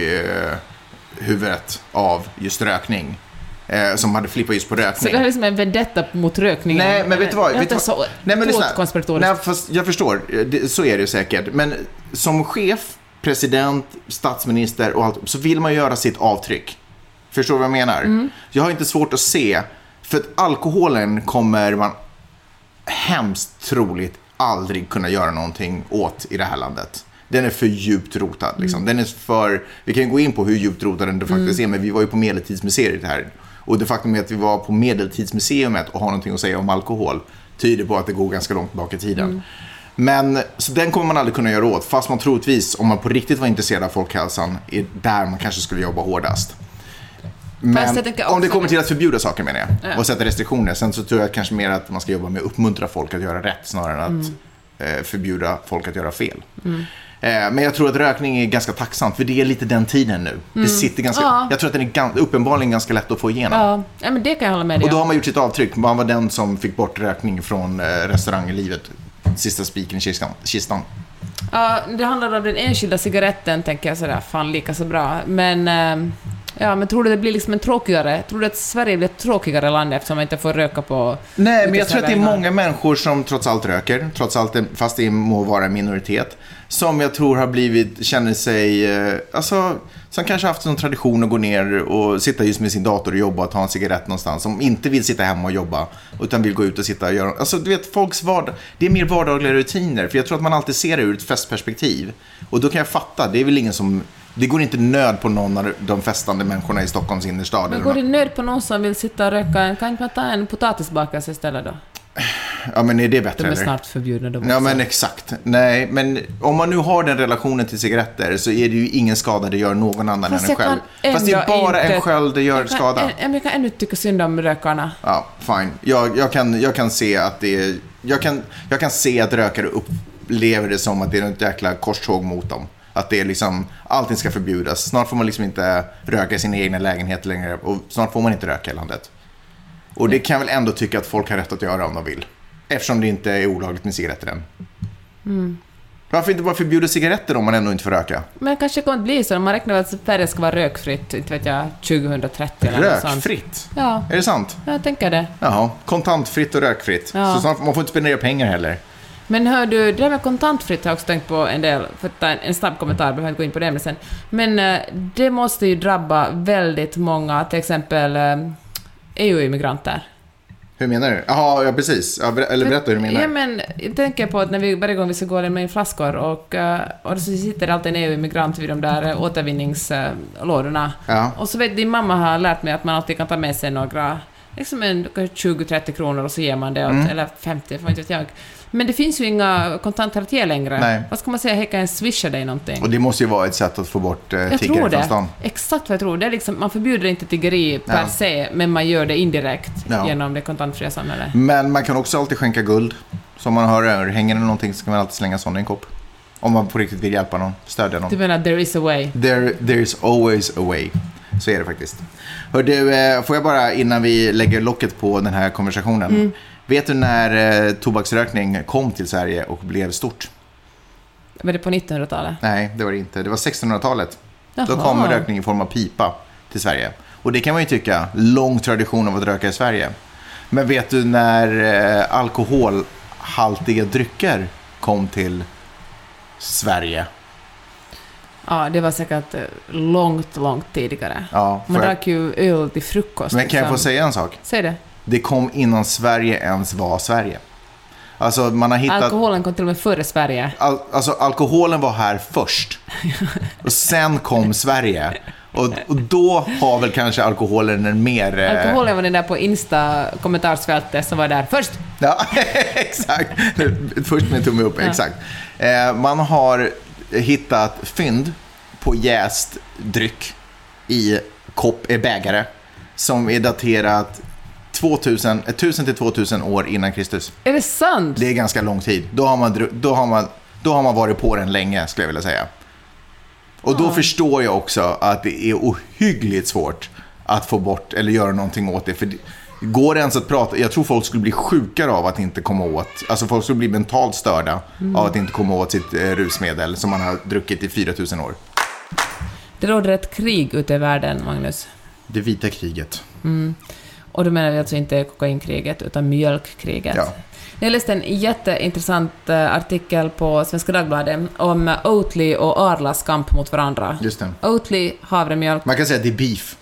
bakhuvudet av just rökning. Som hade flippat just på rökning. Så det är liksom en vendetta mot rökningen? Nej, men vet du vad? Nej, men lyssna. Nej, fast jag förstår. Så är det säkert. Men som chef, president, statsminister och allt, så vill man göra sitt avtryck. Förstår du vad jag menar? Jag har inte svårt att se, för att alkoholen kommer man hemskt troligt aldrig kunna göra någonting åt i det här landet. Den är för djupt rotad liksom. Den är vi kan gå in på hur djupt rotad den faktiskt är, men vi var ju på Medeltidsmuseet här. Och det faktum är att vi var på Medeltidsmuseet och har någonting att säga om alkohol tyder på att det går ganska långt bak i tiden. Men så den kommer man aldrig kunna göra åt, fast man troligtvis, om man på riktigt var intresserad av folkhälsan, är där man kanske skulle jobba hårdast. Men om det kommer till att förbjuda saker, menar jag, och sätta restriktioner, sen så tror jag kanske mer att man ska jobba med att uppmuntra folk att göra rätt snarare än att förbjuda folk att göra fel. Men jag tror att rökning är ganska tacksamt, för det är lite den tiden nu. Det sitter ganska, jag tror att den är uppenbarligen ganska lätt att få igenom. Ja, men det kan jag hålla med dig. Och då har man gjort sitt avtryck. Man var den som fick bort rökning från restauranglivet. Sista spiken i kistan. Ja, det handlar om den enskilda cigaretten, tänker jag sådär, fan lika så bra. Men men tror du det blir liksom en tråkigare? Tror du att Sverige blir ett tråkigare land eftersom man inte får röka på... Nej, men jag tror att det är många människor som trots allt röker, fast det må vara en minoritet, som jag tror känner sig, som kanske haft en tradition att gå ner och sitta just med sin dator och jobba och ta en cigarett någonstans, som inte vill sitta hemma och jobba utan vill gå ut och sitta och göra, du vet, folks vardag, det är mer vardagliga rutiner, för jag tror att man alltid ser det ur ett festperspektiv, och då kan jag fatta, det är väl ingen som, det går inte nöd på någon av de festande människorna i Stockholms innerstad. Men går det nöd på någon som vill sitta och röka, kan man ta en potatisbakelse istället då? Ja, men är det bättre De är eller? snart förbjudna då. Ja, men exakt. Nej, men om man nu har den relationen till cigaretter så är det ju ingen skada det gör någon annan Fast än en själv. Fast det är bara en själv det gör skada. Jag kan ännu tycka synd om rökarna. Ja, fine. Jag kan se att det är... Jag kan se att rökare upplever det som att det är ett jäkla korståg mot dem. Att det är liksom, allting ska förbjudas. Snart får man liksom inte röka i sin egna lägenhet längre. Och snart får man inte röka i landet. Och det kan väl ändå tycka att folk har rätt att göra om de vill. Eftersom det inte är olagligt med cigaretter än. Varför inte bara förbjuda cigaretter om man ändå inte får röka? Men kanske kommer att bli så. Man räknar med att Sverige ska vara rökfritt, inte vet jag, 2030 eller något sånt. Rökfritt? Ja. Är det sant? Jag tänker det. Jaha, kontantfritt och rökfritt. Ja. Så snart, man får inte spendera pengar heller. Men hör du, det där med kontantfritt har jag också tänkt på en del, för att ta en snabb kommentar, behöver inte gå in på det men sen. Men det måste ju drabba väldigt många, till exempel EU-immigranter. Hur menar du? Jaha, ja precis. Ja, eller berätta hur du menar. Ja, men jag tänker på att när varje gång vi ska gå och lämna in flaskor och så sitter det alltid en EU-immigrant vid de där återvinningslådorna. Ja. Och så vet din mamma har lärt mig att man alltid kan ta med sig några, liksom 20-30 kronor och så ger man det åt, eller 50, för inte vet jag. Men det finns ju inga kontanter att ge längre. Nej. Vad ska man säga? Hej, kan jag swisha dig någonting? Och det måste ju vara ett sätt att få bort Jag tiggare tror från stan. det. Exakt vad jag tror. Det är liksom, man förbjuder inte tiggeri per se, men man gör det indirekt genom det kontantfria samhället. Men man kan också alltid skänka guld. Som man hör, hänger det någonting så kan man alltid slänga sån i en kopp. Om man på riktigt vill hjälpa någon, stödja någon. Du menar, there is a way? There is always a way. Så är det faktiskt. Hör du, får jag bara innan vi lägger locket på den här konversationen. Vet du när tobaksrökning kom till Sverige och blev stort? Var det på 1900-talet? Nej, det var det inte. Det var 1600-talet. Jaha. Då kom rökning i form av pipa till Sverige. Och det kan man ju tycka, lång tradition av att röka i Sverige. Men vet du när alkoholhaltiga drycker kom till Sverige? Ja, det var säkert långt tidigare. Ja, Man drack ju öl till frukost. Men kan jag få liksom. säga en sak? Säg det. Det kom innan Sverige ens var Sverige. Alltså man har hittat... Alkoholen kom till och med före Sverige. Alltså alkoholen var här först. Och sen kom Sverige. Och då har väl kanske alkoholen en mer... Alkoholen var den där på Insta-kommentarsfältet som var där först. Ja, exakt. Först med tumme upp, exakt. Man har hittat fynd på jäst dryck i bägare som är daterat 1000 till 2000 år innan Kristus. Är det sant? Det är ganska lång tid. Då har man varit på den länge, skulle jag vilja säga. Och då förstår jag också att det är ohyggligt svårt att få bort eller göra någonting åt det. För går det ens att prata? Jag tror folk skulle bli sjukare av att inte komma åt. Alltså folk skulle bli mentalt störda av att inte komma åt sitt rusmedel som man har druckit i 4000 år. Det råder ett krig ute i världen, Magnus. Det vita kriget. Och då menar vi alltså inte kokainkriget utan mjölkkriget. Ja. Jag läste en jätteintressant artikel på Svenska Dagbladet om Oatly och Arlas kamp mot varandra. Just det. Oatly, havremjölk. Man kan säga att det är beef.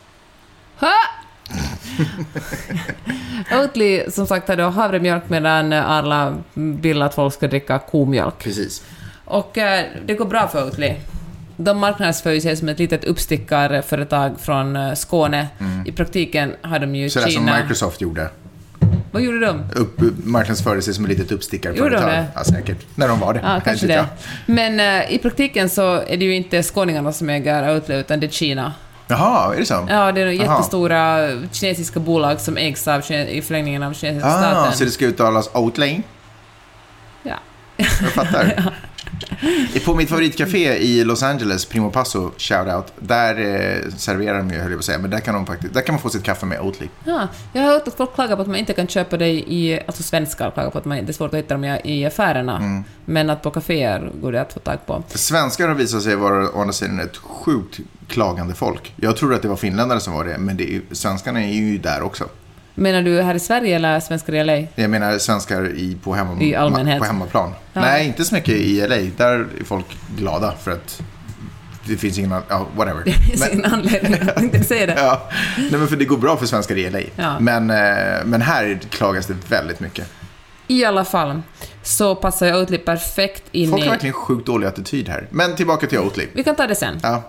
Oatly, som sagt, hade havremjölk medan Arla vill att folk ska dricka komjölk. Precis. Och det går bra för Oatly. De marknadsför sig som ett litet uppstickarföretag från Skåne. I praktiken har de ju Sådär Kina... som Microsoft gjorde. Vad gjorde de? Marknadsförde sig som ett litet uppstickarföretag. Gjorde de det? Ja, säkert. När de var det. Ja, kanske det. Men i praktiken så är det ju inte skåningarna som äger Oatly, utan det är Kina. Jaha, är det så? Ja, det är jättestora kinesiska bolag som ägs av i förlängningen av kinesiska staten. Så det ska uttalas Oatly? Ja. Jag fattar. På mitt favoritcafé i Los Angeles, Primo Passo, shoutout, där serverar de ju, höll jag på att säga, men där kan man få sitt kaffe med Oatly. Ja, jag har hört att folk klagar på att man inte kan köpa det alltså svenskar klagar på att det är svårt att hitta dem i affärerna, men att på kaféer går det att få tag på. Svenskar har visat sig vara å andra sidan ett sjukt klagande folk. Jag tror att det var finländare som var det, men svenskarna är ju där också. Menar du här i Sverige eller svenskar i LA? Jag menar svenskar på hemmaplan. Ja. Nej, inte så mycket i LA. Där är folk glada för att det finns ingen... whatever. Det finns ingen anledning att inte säga det. Ja. Nej, men för det går bra för svenskar i LA. Ja. Men här klagas det väldigt mycket. I alla fall så passar jag Oatly perfekt in folk har verkligen sjukt dålig attityd här. Men tillbaka till Oatly. Vi kan ta det sen. Ja.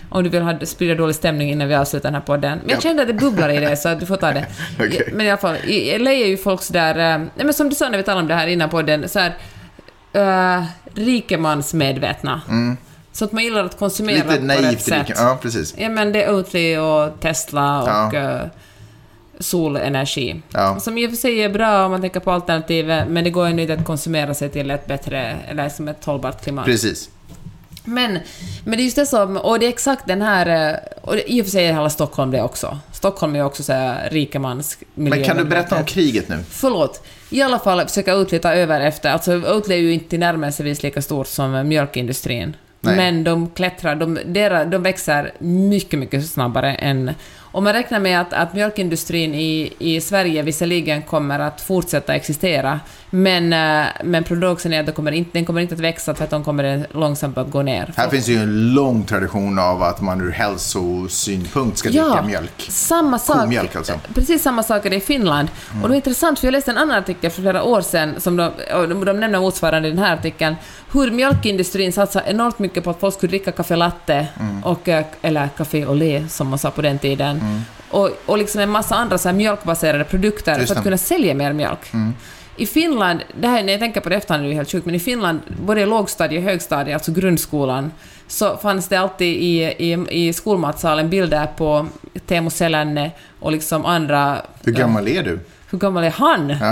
om du vill sprida dålig stämning innan vi avslutar den här podden. Men jag kände att det bubblar i det, så du får ta det. Okay. Men i alla fall, i LA är ju folk sådär... men som du sa när vi talade om det här innan podden, så här, rikemansmedvetna. Så att man gillar att konsumera lite på rätt naivt sätt. Ja, precis. Ja, men det är Oatly och Tesla och solenergi. Ja. Som i och för sig är bra om man tänker på alternativet, men det går ju inte att konsumera sig till ett bättre, eller som ett hållbart klimat. Precis. Men det är just det som, och det är exakt den här, och i och för sig är hela Stockholm det också. Stockholm är också så här rikemans miljö. Men kan du berätta om kriget nu? Förlåt. I alla fall försöka Oatly ta över efter, alltså Oatly är ju inte närmast lika stort som mjölkindustrin. Nej. Men de klättrar, de växer mycket, mycket snabbare än... Och man räknar med att mjölkindustrin i Sverige visserligen kommer att fortsätta existera, men prognosen är att den kommer inte att växa, för att de kommer långsamt att gå ner. Här finns ju en lång tradition av att man ur hälsosynpunkt ska dricka mjölk. Samma sak. Komjölk alltså. Precis samma sak är det i Finland. Och det är intressant, för jag läste en annan artikel för flera år sedan som de nämner motsvarande i den här artikeln, hur mjölkindustrin satsar enormt mycket på att folk skulle dricka kaffe latte eller kaffe au lait som man sa på den tiden. Och liksom en massa andra så här mjölkbaserade produkter för att kunna sälja mer mjölk. I Finland, det här när jag tänker på det efterhand är det helt sjukt, men i Finland, både lågstadie och högstadie, alltså grundskolan, så fanns det alltid i skolmatsalen bilder på Teemu Selänne och liksom andra... Hur gammal är du? Hur gammal är han? Ja.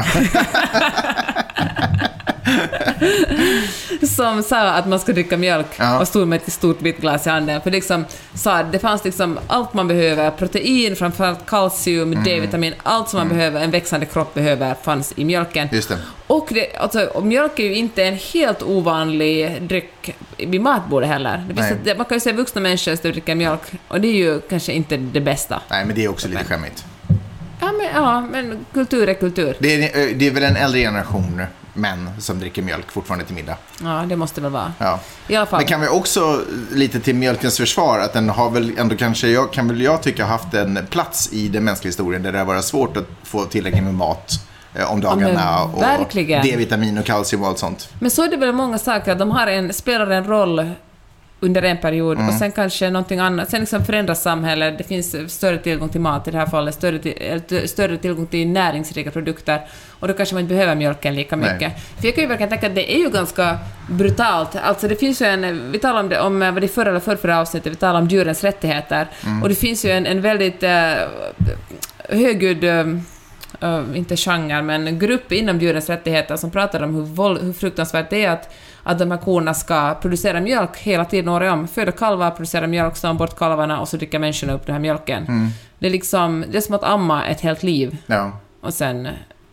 Som sa att man ska dricka mjölk och stod med ett stort vitt glas i handen. För liksom sa att det fanns liksom allt man behöver, protein, framförallt kalcium, D-vitamin, allt som man behöver, en växande kropp behöver, fanns i mjölken. Just det. Och mjölk är ju inte en helt ovanlig dryck vid matbordet heller. Man kan ju säga vuxna människor som dricker mjölk, och det är ju kanske inte det bästa. Nej, men det är också lite skämmigt. Men kultur är kultur. Det är väl en äldre generation män som dricker mjölk fortfarande till middag. Ja, det måste väl vara. Ja. I alla fall. Men kan vi också lite till mjölkens försvar, att den har väl ändå kanske, jag tycka haft en plats i den mänskliga historien där det har varit svårt att få tillräckligt med mat om dagarna och D-vitamin och kalcium och allt sånt. Men så är det väl många saker att de spelar en roll under en period och sen kanske någonting annat. Sen liksom förändras samhället, det finns större tillgång till mat i det här fallet, större tillgång till näringsrika produkter, och då kanske man inte behöver mjölken lika mycket. Nej. För jag kan ju verkligen tänka att det är ju ganska brutalt. Alltså det finns ju vi talar om det, vad det förra eller förra avsnittet, vi talar om djurens rättigheter, och det finns ju en väldigt högljudd inte genre, men grupp inom djurens rättigheter som pratar om hur fruktansvärt det är att de här korna ska producera mjölk hela tiden året om. Föda kalvar, producera mjölk, slå bort kalvarna och så dricker människorna upp den här mjölken. Det är som att amma ett helt liv. Ja. Och sen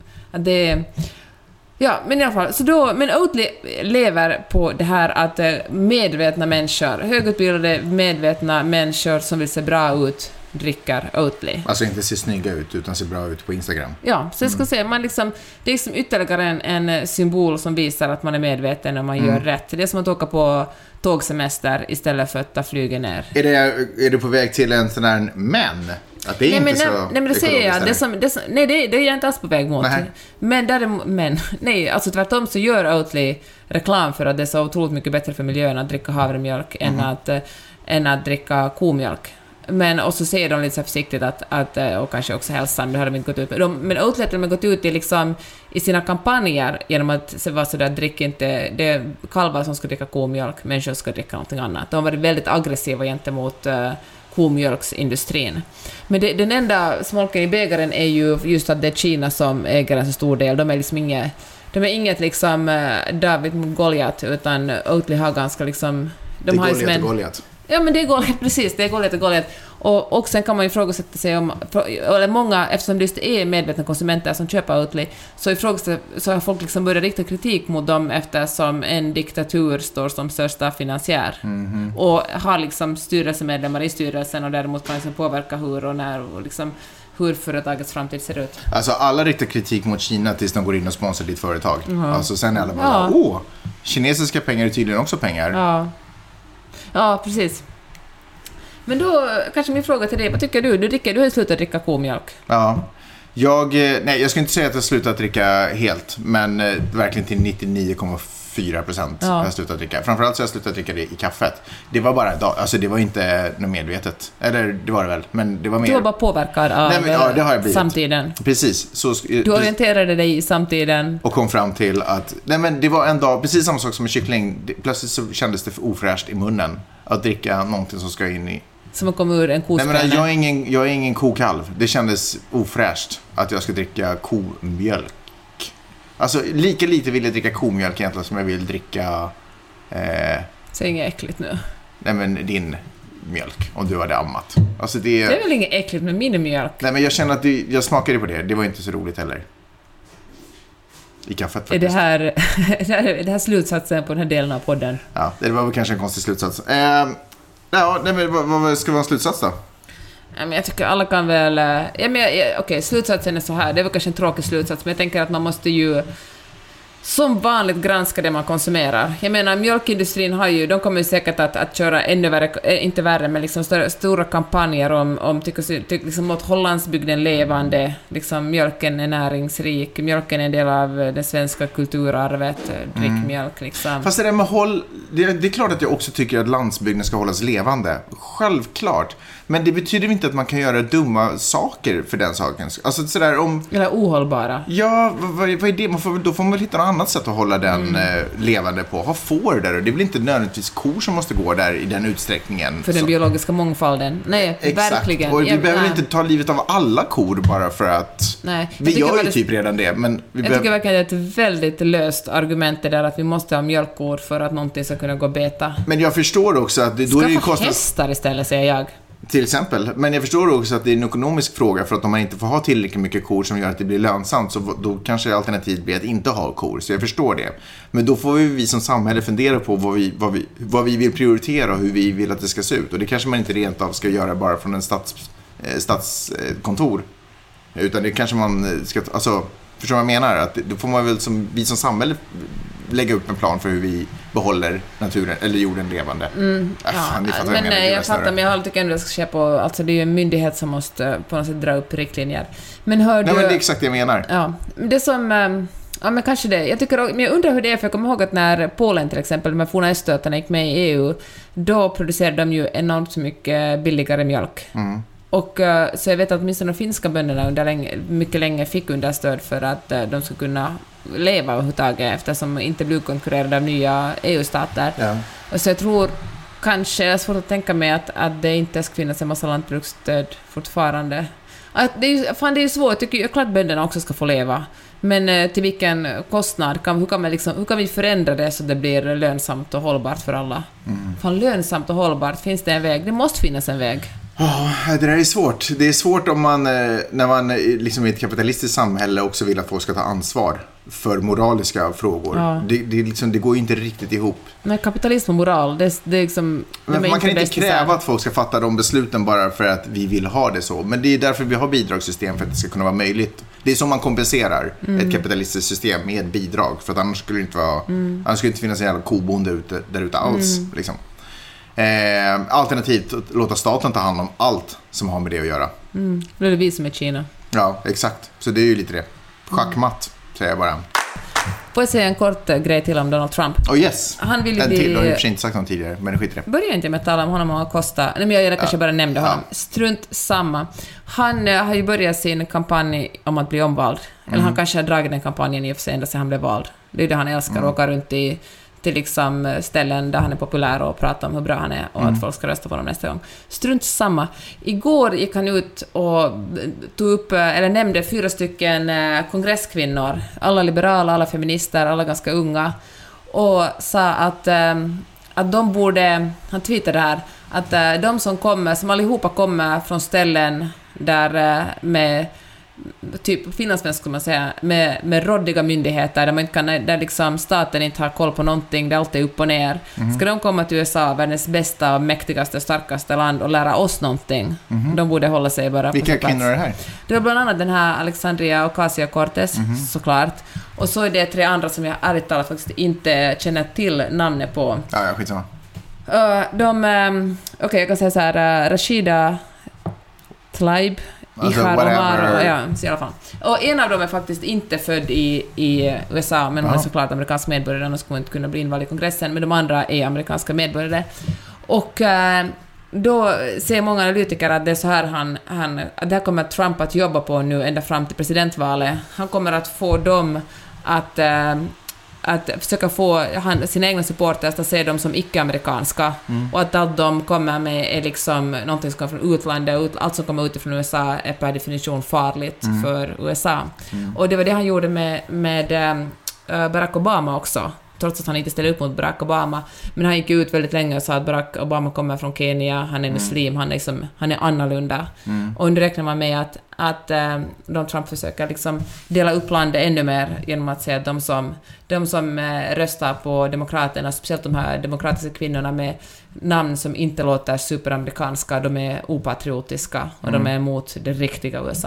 men i alla fall, men Oatly lever på det här att medvetna människor, högutbildade medvetna människor som vill se bra ut, dricker Oatly. Alltså inte se snygga ut utan se bra ut på Instagram. Ja, så jag ska säga, det är liksom ytterligare en symbol som visar att man är medveten och man gör rätt. Det är som att åka på tågsemester istället för att ta flygen ner. Är du på väg till en sån där män? Att det är inte så. Nej, men det säger jag. Det är jag inte alls på väg mot. Nej. Alltså tvärtom så gör Oatly reklam för att det är så otroligt mycket bättre för miljön att dricka havremjölk än att dricka komjölk. Men och så säger de lite så försiktigt att och kanske också hälsan, det har de inte gått ut med. Men Oatly har gått ut i sina kampanjer genom att vara så där, drick inte, det är kalvar som ska dricka komjölk, människor ska dricka någonting annat. De har varit väldigt aggressiva gentemot komjölksindustrin. Men den enda smolken i bägaren är ju just att det är Kina som äger en så stor del. De är inget liksom David mot Goliat, utan Oatly har ganska liksom... Det är Goliat. Ja, men det är Goliat, precis. Det är Goliat. Och sen kan man ju ifrågasätta sig om... Eller många, eftersom det just är medvetna konsumenter som köper Oatly, så har folk liksom börjat rikta kritik mot dem eftersom en diktatur står som största finansiär. Och har liksom styrelsemedlemmar i styrelsen och däremot kan liksom påverka hur och när och liksom hur företagets framtid ser ut. Alltså alla riktar kritik mot Kina tills de går in och sponsrar ditt företag. Alltså sen är alla bara, kinesiska pengar är tydligen också pengar. Ja, precis. Men då kanske min fråga till dig, vad tycker du? Du har ju slutat dricka komjölk. Ja. Jag ska inte säga att jag slutat dricka helt, men verkligen till 4% har jag slutat dricka. Framförallt så har jag slutat dricka det i kaffet. Det var bara alltså det var inte något medvetet. Eller det var det väl, men det var mer... Du var bara påverkad av det har jag blivit. Samtiden. Precis. Så, du orienterade dig i samtiden. Och kom fram till att det var en dag, precis samma sak som med kyckling. Plötsligt så kändes det för ofräscht i munnen att dricka någonting som ska in i... Som att komma ur en kospänne. Jag är ingen kokalv. Det kändes ofräscht att jag ska dricka komjölk. Alltså lika lite vill jag dricka komjölk egentligen som jag vill dricka... Så inget äckligt nu. Nej men din mjölk, om du hade ammat. Alltså det är väl inget äckligt med min mjölk. Nej men jag känner att jag smakade på det. Det var inte så roligt heller. I kaffet faktiskt. Är det här slutsatsen på den här delen av podden? Ja, det var väl kanske en konstig slutsats. Vad ska vara en slutsats då? Men jag tycker alla kan väl... Okej, slutsatsen är så här. Det är väl kanske en tråkig slutsats, men jag tänker att man måste ju som vanligt granska det man konsumerar. Jag menar, mjölkindustrin de kommer ju säkert att köra ännu värre, inte värre, men liksom stora kampanjer om liksom mot Hollandsbygden levande, liksom mjölken är näringsrik, mjölken är en del av det svenska kulturarvet, drick mjölk liksom. Fast det där med det är klart att jag också tycker att landsbygden ska hållas levande. Självklart. Men det betyder inte att man kan göra dumma saker för den saken. Alltså sådär om... Eller ohållbara. Ja, vad är det? Då får man väl hitta något annat sätt att hålla den levande på. Ha får där. Det är väl inte nödvändigtvis kor som måste gå där i den utsträckningen. För den biologiska mångfalden. Nej, exakt. Verkligen. Och vi behöver inte ta livet av alla kor bara för att... Nej. Vi gör ju typ redan det. Men jag tycker verkligen att det är ett väldigt löst argument det där att vi måste ha mjölkkor för att någonting ska kunna gå beta. Men jag förstår också att... Då är det ju hästar istället, säger jag. Till exempel. Men jag förstår också att det är en ekonomisk fråga, för att om man inte får ha tillräckligt mycket kor som gör att det blir lönsamt, så då kanske alternativet blir att inte ha kor. Så jag förstår det. Men då får vi som samhälle fundera på vad vi vill prioritera och hur vi vill att det ska se ut. Och det kanske man inte rent av ska göra bara från en stadskontor. Utan det kanske man ska... Alltså, förstår vad jag menar? Att då får man väl vi som samhälle lägga upp en plan för hur vi behåller naturen eller jorden levande. Jag fattar, men jag tycker ändå att det ska ske på, alltså det är ju en myndighet som måste på något sätt dra upp riktlinjer. Men hör du... Nej, men det är exakt det jag menar. Ja, det som... Ja, men kanske det. Men jag undrar hur det är, för jag kommer ihåg att när Polen till exempel, med forna öststötarna gick med i EU, då producerade de ju enormt mycket billigare mjölk. Och så jag vet att åtminstone de finska bönderna mycket länge fick understöd för att de ska kunna leva överhuvudtaget, eftersom de inte blir konkurrerade av nya EU-stater. Ja. Och så jag tror kanske, jag är svårt att tänka mig att det inte ska finnas en massa lantbruksstöd fortfarande. Det är ju svårt, jag tycker klart att bönderna också ska få leva. Men till vilken kostnad? Hur kan vi förändra det så det blir lönsamt och hållbart för alla? Fan, lönsamt och hållbart, finns det en väg? Det måste finnas en väg. Det där är svårt. Det är svårt om man, när man liksom i ett kapitalistiskt samhälle också vill att folk ska ta ansvar för moraliska frågor. Ja. Det går ju inte riktigt ihop. Men kapitalism och moral, det är liksom... Men man kan inte kräva att folk ska fatta de besluten bara för att vi vill ha det så. Men det är därför vi har bidragssystem, för att det ska kunna vara möjligt. Det är som man kompenserar ett kapitalistiskt system med bidrag. För att annars skulle det inte vara... Annars skulle det inte finnas en jävla kobonde där ute alls. Liksom. Alternativt att låta staten ta hand om allt som har med det att göra. Det är vi som är Kina. Ja, exakt. Så det är ju lite det. Schackmatt, säger jag bara. Får jag säga en kort grej till om Donald Trump? Yes. Han vill ju till, har jag inte sagt någon tidigare, men det skiter det. Börjar inte med att tala om honom och Costa. Nej, men jag kanske bara nämnde honom. Strunt samma. Han har ju börjat sin kampanj om att bli omvald. Eller han kanske har dragit den kampanjen i och för sig ända sedan han blev vald. Det är det han älskar, att åka runt till liksom ställen där han är populär och prata om hur bra han är och att folk ska rösta på honom nästa gång. Strunt samma. Igår gick han ut och tog upp, eller nämnde 4 stycken kongresskvinnor. Alla liberala, alla feminister, alla ganska unga. Och sa att de borde, han tweetade här, att de som allihopa kommer från ställen där med typ finlandssvensk skulle man säga, med råddiga myndigheter där man inte kan, där liksom staten inte har koll på någonting, där allt är upp och ner. Ska de komma till USA, världens bästa, mäktigaste, starkaste land och lära oss någonting? De borde hålla sig bara på Vilka kvinnor är det här? Det var bland annat den här Alexandria Ocasio-Cortez, såklart. Och så är det 3 andra som jag ärligt talat faktiskt inte känner till namnet på. Ja, skitsamma. Jag kan säga så här, Rashida Tlaib Alltså, i whatever. ja, i alla fall. Och en av dem är faktiskt inte född i USA, men hon är såklart amerikansk medborgare, annars skulle hon inte kunna bli invald i kongressen, men de andra är amerikanska medborgare. Och då ser många analytiker att det är så här att det här kommer Trump att jobba på nu ända fram till presidentvalet. Han kommer att få dem att försöka få sina egna supporters att se dem som icke-amerikanska, och att allt de kommer med är liksom någonting som kommer från utlandet, allt som kommer utifrån USA är per definition farligt för USA. Och det var det han gjorde med Barack Obama också, trots att han inte ställde upp mot Barack Obama. Men han gick ut väldigt länge och sa att Barack Obama kommer från Kenya, han är muslim, han är annorlunda. Och nu räknar man med att Donald Trump försöker liksom dela upp landet ännu mer genom att säga att de som röstar på demokraterna, speciellt de här demokratiska kvinnorna med namn som inte låter superamerikanska, de är opatriotiska och de är emot det riktiga USA.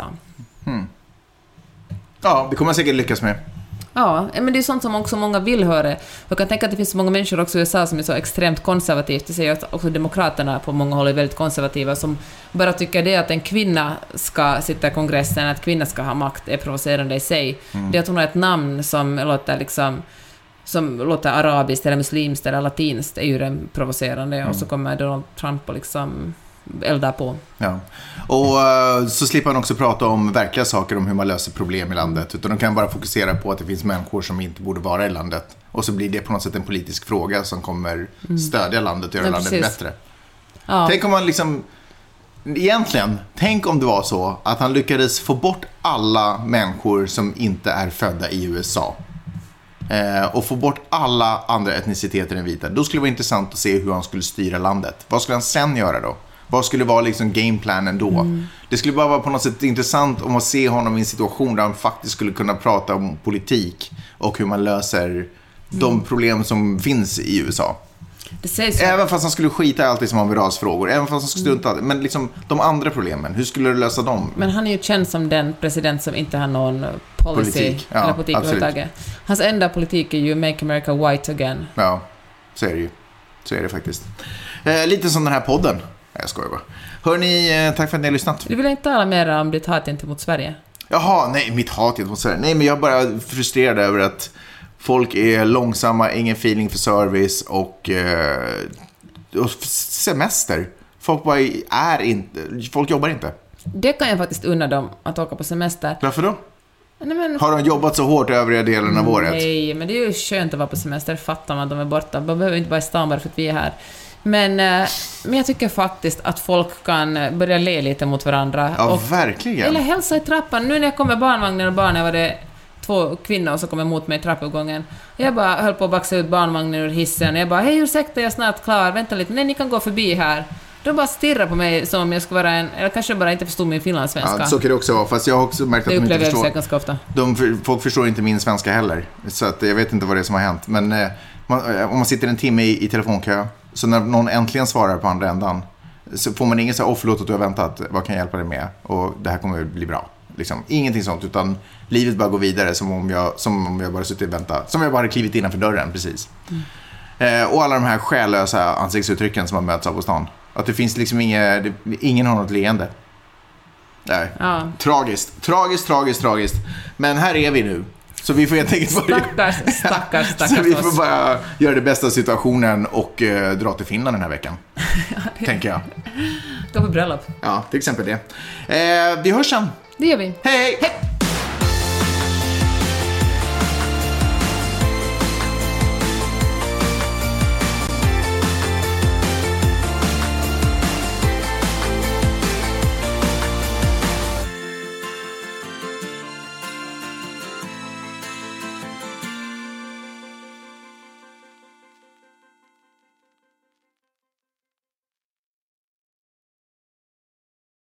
Ja, det kommer man säkert lyckas med. Ja, men det är sånt som också många vill höra. Jag kan tänka att det finns många människor också i USA som är så extremt konservativt. Det säger att också demokraterna på många håll är väldigt konservativa, som bara tycker det att en kvinna ska sitta i kongressen, att kvinna ska ha makt, är provocerande i sig. Det att hon har ett namn som låter arabiskt eller muslimskt eller latinskt är ju den provocerande, och så kommer Donald Trump och liksom eldar på. Ja. Och så slipper han också prata om verkliga saker, om hur man löser problem i landet, utan de kan bara fokusera på att det finns människor som inte borde vara i landet, och så blir det på något sätt en politisk fråga som kommer stödja landet och göra landet bättre. Ja. Tänk om man liksom egentligen, tänk om det var så att han lyckades få bort alla människor som inte är födda i USA och få bort alla andra etniciteter än vita. Då skulle det vara intressant att se hur han skulle styra landet. Vad skulle han sen göra då? Vad skulle vara liksom gameplanen då? Det skulle bara vara på något sätt intressant om att se honom i en situation där han faktiskt skulle kunna prata om politik och hur man löser de problem som finns i USA. Även fast han skulle skita i allt det som har med rasfrågor, även fast han skulle strunta, men liksom de andra problemen, hur skulle du lösa dem? Men han är ju känd som den president som inte har någon politik eller politik överhuvudtaget. Hans enda politik är ju Make America White Again. Ja, så är det ju. Så är det faktiskt. Lite som den här podden. Jag skojar bara. Hörrni, tack för att ni har lyssnat. Du vill inte tala mer om ditt hat gentemot Sverige? Jaha, nej, mitt hat gentemot Sverige. Nej, men jag är bara frustrerad över att folk är långsamma, ingen feeling för service och semester. Folk bara folk jobbar inte. Det kan jag faktiskt unna dem, att åka på semester. Varför då? Nej, men har de jobbat så hårt övriga delen av året? Nej, men det är ju skönt att vara på semester. Fattar man att de är borta. Man behöver inte vara i stan bara för att vi är här. Men jag tycker faktiskt att folk kan börja le lite mot varandra. Ja, och, verkligen. Eller hälsa i trappan. Nu när jag kom med barnvagnen och barnen var det 2 kvinnor som kom emot mig i trappuppgången. Jag bara höll på att baxa ut barnvagnen ur hissen. Jag bara, hej, ursäkta, jag är snart klar. Vänta lite. Nej, ni kan gå förbi här. De bara stirrar på mig som om jag skulle vara eller kanske bara inte förstod min finlandssvenska. Ja, så kan det också vara. Fast jag har också märkt att de inte förstår. Ganska ofta. Folk förstår inte min svenska heller. Så att jag vet inte vad det är som har hänt. Men om man sitter en timme i telefonkö, så när någon äntligen svarar på andra ändan, så får man ingen så förlåt att du har väntat. Vad kan jag hjälpa dig med? Och det här kommer att bli bra. Liksom. Ingenting sånt, utan livet bara går vidare som om jag bara suttit och väntat. Som jag bara hade klivit innanför dörren, precis. Och alla de här själlösa ansiktsuttrycken som man möts av på stan. Att det finns liksom ingen har något leende. Nej. Ja. Tragiskt. Men här är vi nu. Så vi får helt enkelt stackars. Så vi får bara göra det bästa av situationen och dra till Finland den här veckan. Tänker jag. Gå på bröllop. Ja, till exempel det. Vi hörs sen. Det gör vi. Hej!